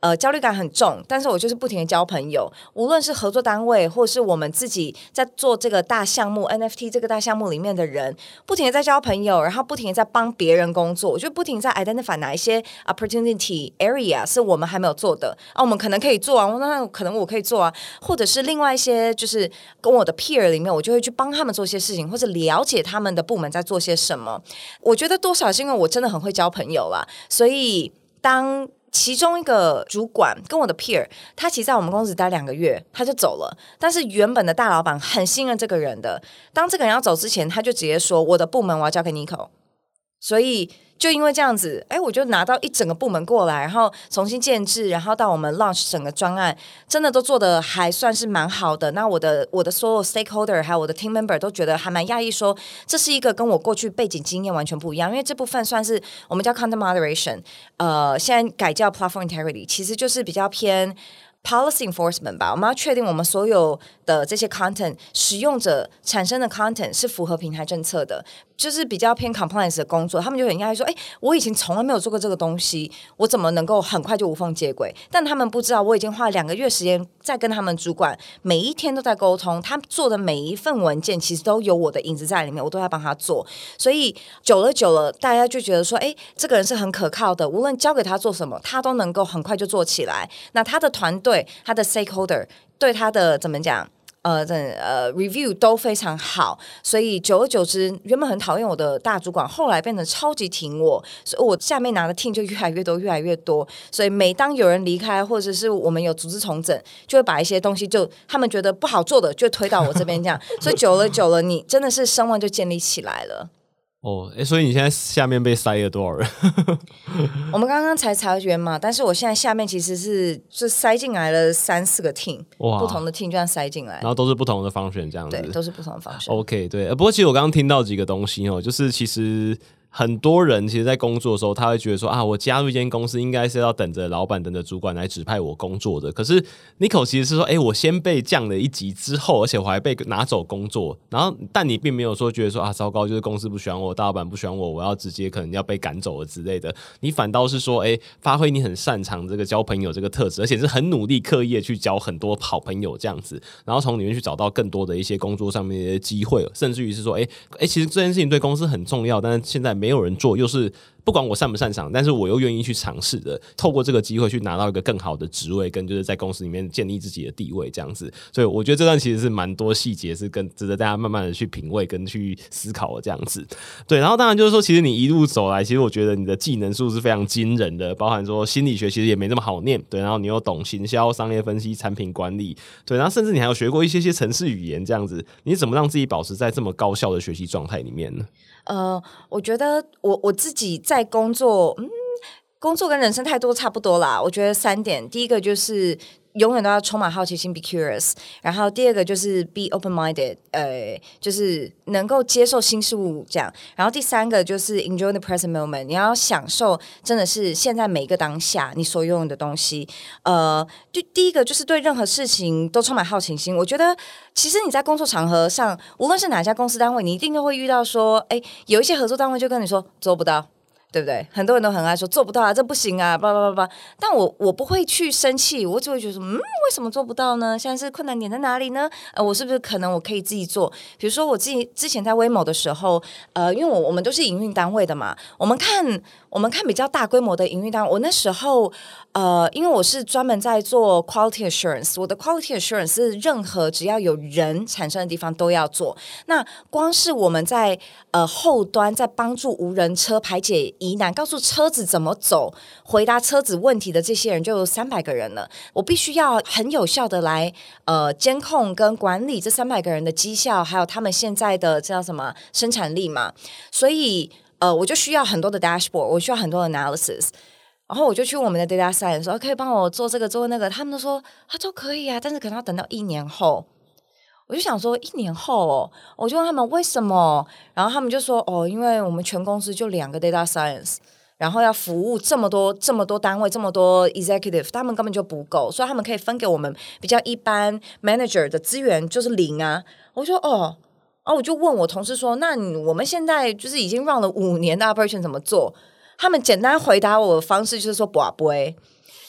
呃，焦虑感很重，但是我就是不停的交朋友，无论是合作单位，或是我们自己在做这个大项目 N F T 这个大项目里面的人，不停的在交朋友，然后不停的在帮别人工作，我就不停地在 identify 哪一些 opportunity area 是我们还没有做的啊，我们可能可以做啊，那可能我可以做啊，或者是另外一些就是跟我的 peer 里面，我就会去帮他们做些事情，或者了解他们的部门在做些什么。我觉得多少是因为我真的很会交朋友啦，所以当其中一个主管跟我的 peer， 他其实在我们公司待两个月他就走了，但是原本的大老板很信任这个人的，当这个人要走之前，他就直接说我的部门我要交给 Nico， 所以就因为这样子，哎，我就拿到一整个部门过来，然后重新建制，然后到我们 launch 整个专案，真的都做得还算是蛮好的。那我的我的所有 stakeholder 还有我的 team member 都觉得还蛮讶异，说这是一个跟我过去背景经验完全不一样，因为这部分算是我们叫 content moderation， 呃，现在改叫 platform integrity， 其实就是比较偏policy enforcement 吧，我们要确定我们所有的这些 content 使用者产生的 content 是符合平台政策的，就是比较偏 compliance 的工作。他们就很讶异说，哎，我以前从来没有做过这个东西，我怎么能够很快就无缝接轨？但他们不知道，我已经花了两个月时间在跟他们主管每一天都在沟通，他做的每一份文件其实都有我的影子在里面，我都在帮他做。所以久了久了，大家就觉得说，哎，这个人是很可靠的，无论交给他做什么，他都能够很快就做起来。那他的团队对他的 stakeholder 对他的怎么讲呃呃 review 都非常好，所以久而久之，原本很讨厌我的大主管，后来变得超级挺我，所以我下面拿的 team 就越来越多，越来越多。所以每当有人离开，或者是我们有组织重整，就会把一些东西就他们觉得不好做的，就推到我这边这样。所以久了久了，你真的是声望就建立起来了。 哦，所以你现在下面被塞了多少人？ 我们刚刚才裁员嘛，但是我现在下面其实是是塞进来了三四个 team， 不同的 team 就这样塞进来， 然后都是不同的function这样子， 对，都是不同的function。 OK， 对，不过其实我刚刚听到几个东西哦，就是其实很多人其实在工作的时候，他会觉得说啊，我加入一间公司应该是要等着老板等着主管来指派我工作的。可是 Nico 其实是说，哎，我先被降了一级之后，而且我还被拿走工作，然后但你并没有说觉得说啊，糟糕，就是公司不喜欢我，大老板不喜欢我，我要直接可能要被赶走了之类的。你反倒是说，哎，发挥你很擅长这个交朋友这个特质，而且是很努力刻意去交很多好朋友这样子，然后从里面去找到更多的一些工作上面的机会，甚至于是说，哎哎，其实这件事情对公司很重要，但是现在没有人做，又是不管我擅不擅长，但是我又愿意去尝试的，透过这个机会去拿到一个更好的职位，跟就是在公司里面建立自己的地位这样子。所以我觉得这段其实是蛮多细节是跟值得大家慢慢的去品味跟去思考的这样子。对，然后当然就是说，其实你一路走来，其实我觉得你的技能数是非常惊人的，包含说心理学其实也没那么好念，对，然后你又懂行销、商业分析、产品管理，对，然后甚至你还有学过一些些程式语言这样子，你怎么让自己保持在这么高效的学习状态里面呢？ 呃，我觉得我我自己在工作，嗯，工作跟人生态度差不多啦。我觉得三点，第一个就是永远都要充满好奇心 ，be curious。然后第二个就是 be open-minded， 呃，就是能够接受新事物这样。然后第三个就是 enjoy the present moment， 你要享受真的是现在每一个当下你所拥有的东西。呃，就第一个就是对任何事情都充满好奇心。我觉得其实你在工作场合上，无论是哪家公司单位，你一定都会遇到说，哎，有一些合作单位就跟你说做不到。对不对？很多人都很爱说做不到啊，这不行啊，叭叭叭叭。但我我不会去生气，我只会觉得说，嗯，为什么做不到呢？现在是困难点在哪里呢？呃，我是不是可能我可以自己做？比如说我自己之前在威某的时候，呃，因为我我们都是营运单位的嘛，我们看我们看比较大规模的营运单位，我那时候呃，因为我是专门在做 quality assurance， 我的 quality assurance 是任何只要有人产生的地方都要做。那光是我们在呃后端在帮助无人车排解疑难，告诉车子怎么走，回答车子问题的这些人就有三百个人了。我必须要很有效的来呃监控跟管理这三百个人的绩效，还有他们现在的叫什么生产力嘛。所以呃，我就需要很多的 dashboard， 我需要很多的 analysis。然后我就去我们的 data science 说，可以帮我做这个做那个，他们都说他都可以啊，但是可能要等到一年后。我就想说一年后哦，我就问他们为什么，然后他们就说哦，因为我们全公司就两个 data science， 然后要服务这么多这么多单位这么多 executive， 他们根本就不够，所以他们可以分给我们比较一般 manager 的资源就是零啊。我说哦，然后我就问我同事说，那我们现在就是已经 run 了五年的 operation 怎么做？他们简单回答我的方式就是说不不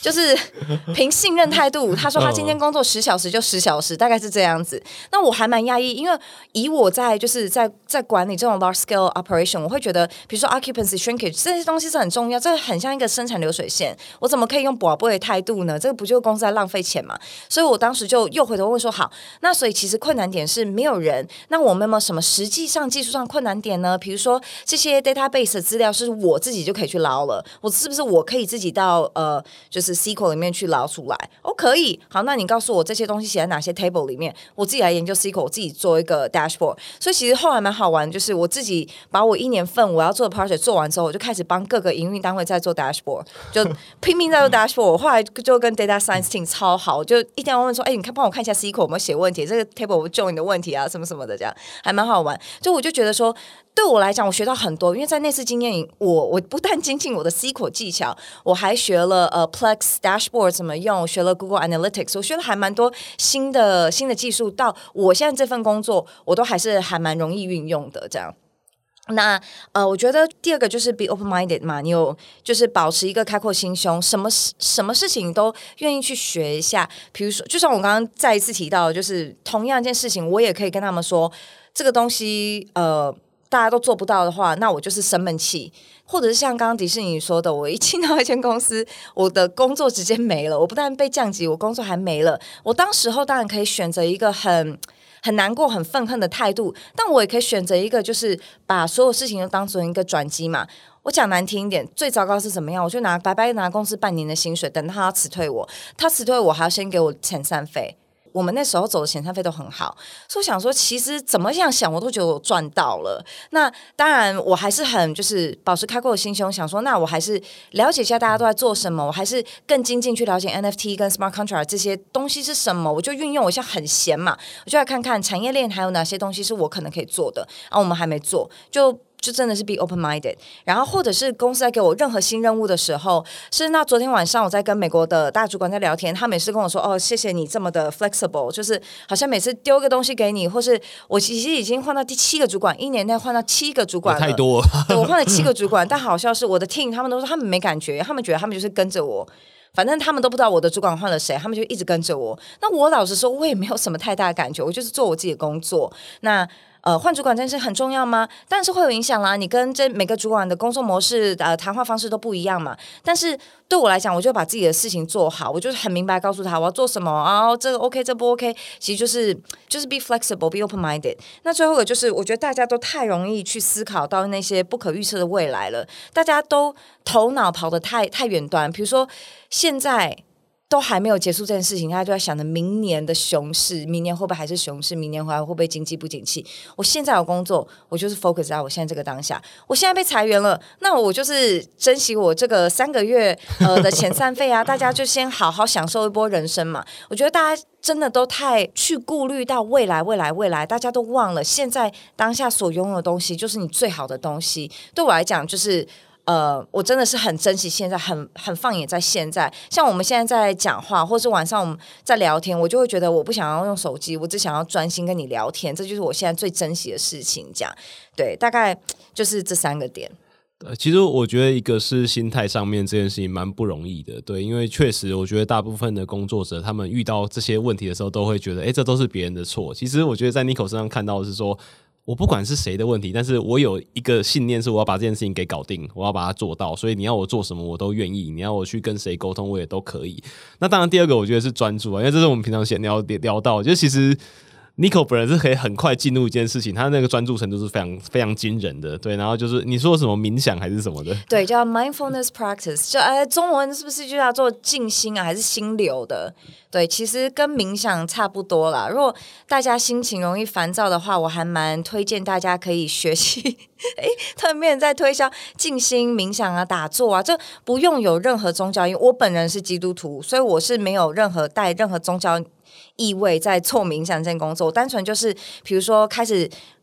就是凭信任态度，他说他今天工作十小时就十小时，大概是这样子。那我还蛮压抑，因为以我在就是在在管理这种 large scale operation， 我会觉得，比如说 occupancy shrinkage 这些东西是很重要，这很像一个生产流水线，我怎么可以用宝贝的态度呢？这个不就是公司在浪费钱嘛？所以我当时就又回头问说，好，那所以其实困难点是没有人，那我们有没有什么实际上技术上困难点呢？比如说这些 database 的资料是我自己就可以去捞了，我是不是我可以自己到呃就是 S Q L 里面去捞出来？哦，可以。好，那你告诉我这些东西写在哪些 table 里面，我自己来研究 S Q L， 我自己做一个 dashboard。所以其实后来蛮好玩，就是我自己把我一年份我要做的 project 做完之后，我就开始帮各个营运单位在做 dashboard， 就拼命在做 dashboard。我后来就跟 data science team 超好，就一天问说，哎，你看帮我看一下 S Q L 有没有写问题，这个 table 有 join 的问题啊，什么什么的，这样还蛮好玩。就我就觉得说，对我来讲，我学到很多，因为在那次经验，我我不但精进我的 S Q L 技巧，我还学了呃 Plex dashboard 怎么用，学了 Google Analytics， 我学了还蛮多新的新的技术，到我现在这份工作，我都还是还蛮容易运用的，这样。那呃，我觉得第二个就是 be open-minded 嘛，你有就是保持一个开阔心胸，什么什么事情都愿意去学一下。比如说，就像我刚刚再一次提到，就是同样一件事情，我也可以跟他们说，这个东西呃大家都做不到的话，那我就是生闷气。或者是像刚刚迪士尼说的，我一进到一间公司，我的工作直接没了，我不但被降级，我工作还没了。我当时候当然可以选择一个很很难过、很愤恨的态度，但我也可以选择一个，就是把所有事情都当成一个转机嘛。我讲难听一点，最糟糕是怎么样？我就拿白白拿公司半年的薪水，等他要辞退我，他辞退我还要先给我遣散费。我们那时候走的遣散费都很好，所以我想说，其实怎么样想，我都觉得我赚到了。那当然，我还是很就是保持开阔的心胸，想说，那我还是了解一下大家都在做什么，我还是更精进去了解 N F T 跟 Smart Contract 这些东西是什么，我就运用。我现在很闲嘛，我就来看看产业链还有哪些东西是我可能可以做的，啊，我们还没做，就。就真的是 be open-minded， 然后或者是公司在给我任何新任务的时候，是那昨天晚上我在跟美国的大主管在聊天，他每次跟我说，哦，谢谢你这么的 flexible， 就是好像每次丢个东西给你，或是我其实已经换到第七个主管，一年内换到七个主管了， 太多了。 对，我换了七个主管，但好笑是我的 team 他们都说他们没感觉，他们觉得他们就是跟着我。反正他们都不知道我的主管换了谁，他们就一直跟着我。那我老实说，我也没有什么太大的感觉，我就是做我自己的工作。那呃，换主管这件事很重要吗？但是会有影响啦。你跟这每个主管的工作模式、呃谈话方式都不一样嘛。但是对我来讲，我就把自己的事情做好，我就是很明白告诉他我要做什么啊、哦，这个 OK， 这不 OK。其实就是就是 be flexible，be open-minded。那最后一个就是，我觉得大家都太容易去思考到那些不可预测的未来了，大家都头脑跑得太太远端。比如说现在。都还没有结束这件事情，大家就在想着明年的熊市，明年会不会还是熊市？明年回来会不会经济不景气？我现在有工作，我就是 focus 在我现在这个当下。我现在被裁员了，那我就是珍惜我这个三个月呃的遣散费啊，大家就先好好享受一波人生嘛。我觉得大家真的都太去顾虑到未来，未来，未来，大家都忘了现在当下所拥有的东西就是你最好的东西。对我来讲，就是。呃，我真的是很珍惜现在，很很放眼在现在。像我们现在在讲话，或是晚上我们在聊天，我就会觉得我不想要用手机，我只想要专心跟你聊天，这就是我现在最珍惜的事情。这样，对，大概就是这三个点。 呃，其实我觉得一个是心态上面这件事情蛮不容易的，对，因为确实我觉得大部分的工作者他们遇到这些问题的时候，都会觉得，哎，这都是别人的错。其实我觉得在 Nico 身上看到的是说。我不管是谁的问题，但是我有一个信念是我要把这件事情给搞定，我要把它做到，所以你要我做什么我都愿意，你要我去跟谁沟通我也都可以。那当然第二个我觉得是专注啊，因为这是我们平常闲聊聊到，就其实Nico 本人是可以很快进入一件事情，他那个专注程度是非常非常惊人的，对。然后就是你说什么冥想还是什么的， 对，叫 mindfulness practice， 就哎，中文是不是就叫做静心啊，还是心流的？对，其实跟冥想差不多啦。如果大家心情容易烦躁的话，我还蛮推荐大家可以学习。哎，突然变成在推销静心、冥想啊、打坐啊，这不用有任何宗教，因为我本人是基督徒，所以我是没有任何带任何宗教意味在做冥想这件工作。我单纯就是，比如说开始。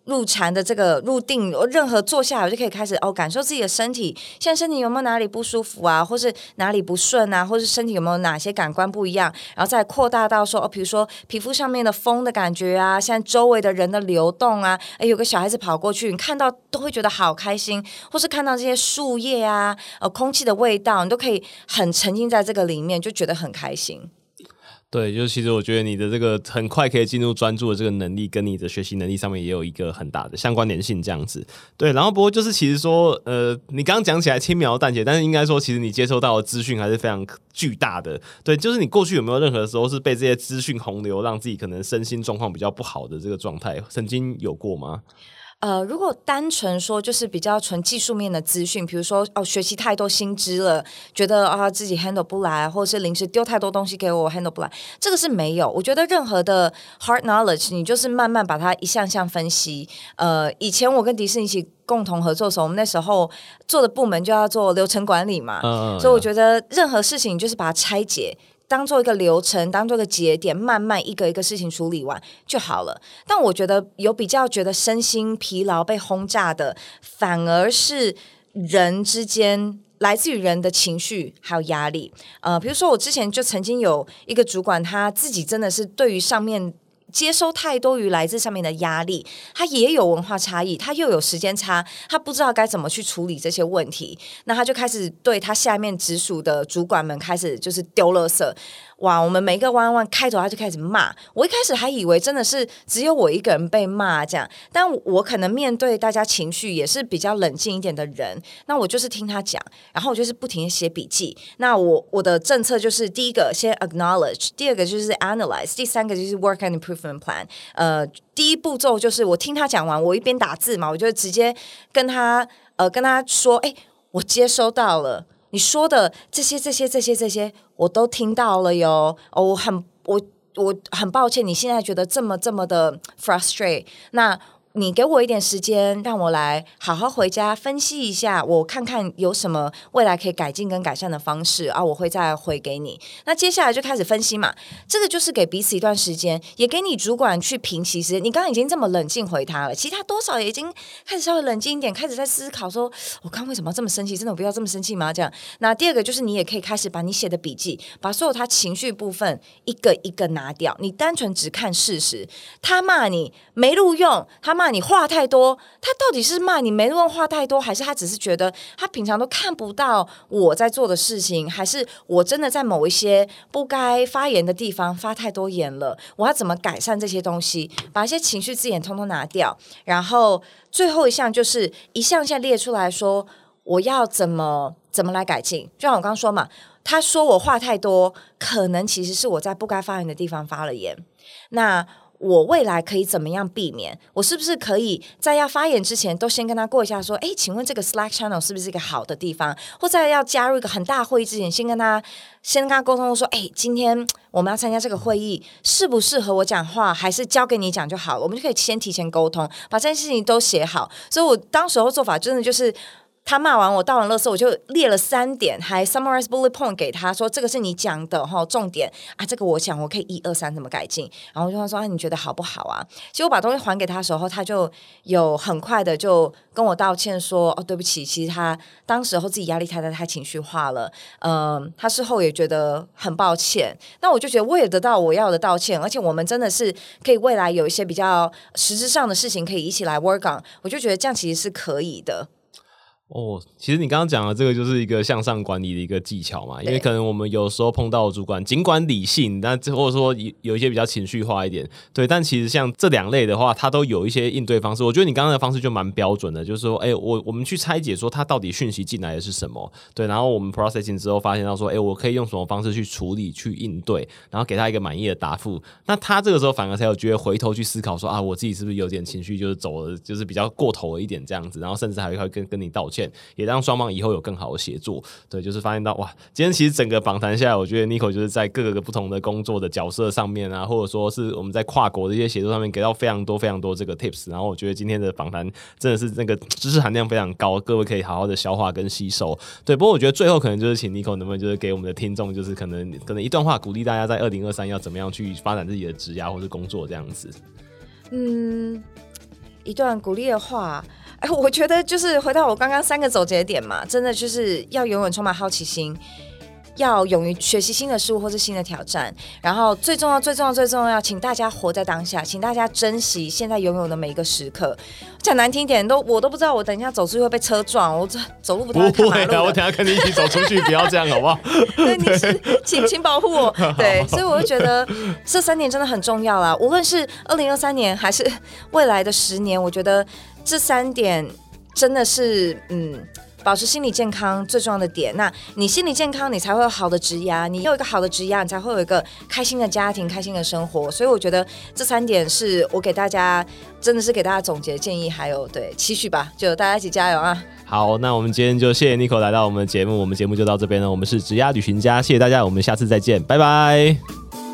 入禅的这个入定，任何坐下来我就可以开始哦感受自己的身体，现在身体有没有哪里不舒服啊，或是哪里不顺啊，或是身体有没有哪些感官不一样，然后再扩大到说哦，比如说皮肤上面的风的感觉啊，现在周围的人的流动啊，哎，有个小孩子跑过去，你看到都会觉得好开心，或是看到这些树叶啊，呃，空气的味道，你都可以很沉浸在这个里面，就觉得很开心。 对，就其实我觉得你的这个很快可以进入专注的这个能力，跟你的学习能力上面也有一个很大的相关联性，这样子。对，然后不过就是其实说，呃，你刚刚讲起来轻描淡写，但是应该说，其实你接收到的资讯还是非常巨大的。对，就是你过去有没有任何时候是被这些资讯洪流，让自己可能身心状况比较不好的这个状态，曾经有过吗？ 呃，如果单纯说就是比较纯技术面的资讯，比如说哦，学习太多新知了，觉得啊自己 handle 不来，或者是临时丢太多东西给我 handle 不来，这个是没有。我觉得任何的 hard knowledge， 你就是慢慢把它一项项分析。呃，以前我跟迪士尼一起共同合作的时候，我们那时候做的部门就要做流程管理嘛，嗯、所以我觉得任何事情就是把它拆解。当做一个流程，当做一个节点，慢慢一个一个事情处理完就好了。但我觉得有比较觉得身心疲劳被轰炸的，反而是人之间来自于人的情绪还有压力。呃，比如说我之前就曾经有一个主管，他自己真的是对于上面接收太多于来自上面的压力，他也有文化差异，他又有时间差，他不知道该怎么去处理这些问题，那他就开始对他下面直属的主管们开始就是丢垃圾。哇，我们每一个弯弯开头他就开始骂，我一开始还以为真的是只有我一个人被骂这样，但我可能面对大家情绪也是比较冷静一点的人，那我就是听他讲，然后我就是不停的写笔记。那我我的政策就是第一个先 acknowledge， 第二个就是 analyze， 第三个就是 work and improvement plan。呃，第一步骤就是我听他讲完，我一边打字嘛，我就直接跟他呃跟他说，哎，我接收到了。你说的这些、这些、这些、这些，我都听到了哟。哦，我很我我很抱歉，你现在觉得这么这么的 frustrate。那你给我一点时间，让我来好好回家分析一下，我看看有什么未来可以改进跟改善的方式啊，我会再回给你。那接下来就开始分析嘛，这个就是给彼此一段时间，也给你主管去平息时间。你刚刚已经这么冷静回他了，其实他多少也已经开始稍微冷静一点，开始在思考说，我刚刚为什么要这么生气？真的我不要这么生气吗？这样。那第二个就是你也可以开始把你写的笔记，把所有他情绪部分一个一个拿掉，你单纯只看事实。他骂你没录用，他骂你话太多，他到底是骂你没录用话太多，还是他只是觉得他平常都看不到我在做的事情，还是我真的在某一些不该发言的地方发太多言了，我要怎么改善这些东西，把一些情绪字眼通通拿掉，然后最后一项就是一项项列出来说我要怎么怎么来改进。就像我刚刚说嘛，他说我话太多，可能其实是我在不该发言的地方发了言，那我未来可以怎么样避免？我是不是可以在要发言之前都先跟他过一下说，哎，请问这个 Slack channel 是不是一个好的地方？或在要加入一个很大会议之前，先跟他先跟他沟通说，哎，今天我们要参加这个会议，适不适合我讲话，还是交给你讲就好了？我们就可以先提前沟通，把这件事情都写好。所以我当时候做法真的就是。他骂完我倒完垃圾，我就列了三点，还 summarize bullet point 给他说，这个是你讲的齁重点啊，这个我想我可以一二三怎么改进，然后我就说啊，你觉得好不好啊？其实我把东西还给他的时候，他就有很快的就跟我道歉说，哦，对不起，其实他当时候自己压力太大，太情绪化了，嗯，他事后也觉得很抱歉。那我就觉得我也得到我要的道歉，而且我们真的是可以未来有一些比较实质上的事情可以一起来 work on， 我就觉得这样其实是可以的。 哦，其实你刚刚讲的这个就是一个向上管理的一个技巧嘛，因为可能我们有时候碰到的主管尽管理性，但或者说有一些比较情绪化一点，对，但其实像这两类的话，他都有一些应对方式。我觉得你刚刚的方式就蛮标准的，就是说，哎，我我们去拆解说他到底讯息进来的是什么，对，然后我们 processing 之后发现到说，哎，我可以用什么方式去处理、去应对，然后给他一个满意的答复。那他这个时候反而才有觉得回头去思考说，啊，我自己是不是有点情绪就是走了，就是比较过头了一点这样子，然后甚至还会跟跟你道歉。也让双方以后有更好的协作。对，就是发现到哇，今天其实整个访谈下来，我觉得 Nico 就是在各个不同的工作的角色上面啊，或者说是我们在跨国的一些协作上面，给到非常多非常多这个 tips。然后我觉得今天的访谈真的是那个知识含量非常高，各位可以好好的消化跟吸收。对，不过我觉得最后可能就是请 Nico 能不能就是给我们的听众，就是可能可能一段话鼓励大家在二零二三要怎么样去发展自己的职涯或是工作这样子。 嗯。 一段鼓励的话，哎，我觉得就是回到我刚刚三个总结点嘛，真的就是要永远充满好奇心。要勇于学习新的事物或是新的挑战，然后最重要、最重要、最重要，请大家活在当下，请大家珍惜现在拥有的每一个时刻。讲难听点，都我都不知道，我等一下走出去会被车撞，我走路不太会看马路的。 不会啊，我等一下跟你一起走出去，不要这样好不好？ 对，你是请请保护我。对，所以我就觉得这三年真的很重要啦，无论是二零二三年还是未来的十年，我觉得这三点真的是嗯。保持心理健康最重要的点，那你心理健康，你才会有好的职涯，你有一个好的职涯，你才会有一个开心的家庭、开心的生活。所以我觉得这三点是我给大家，真的是给大家总结建议，还有对期许吧，就大家一起加油啊！ 好，那我们今天就谢谢 Nico 来到我们的节目，我们节目就到这边了。我们是职涯旅行家，谢谢大家，我们下次再见，拜拜。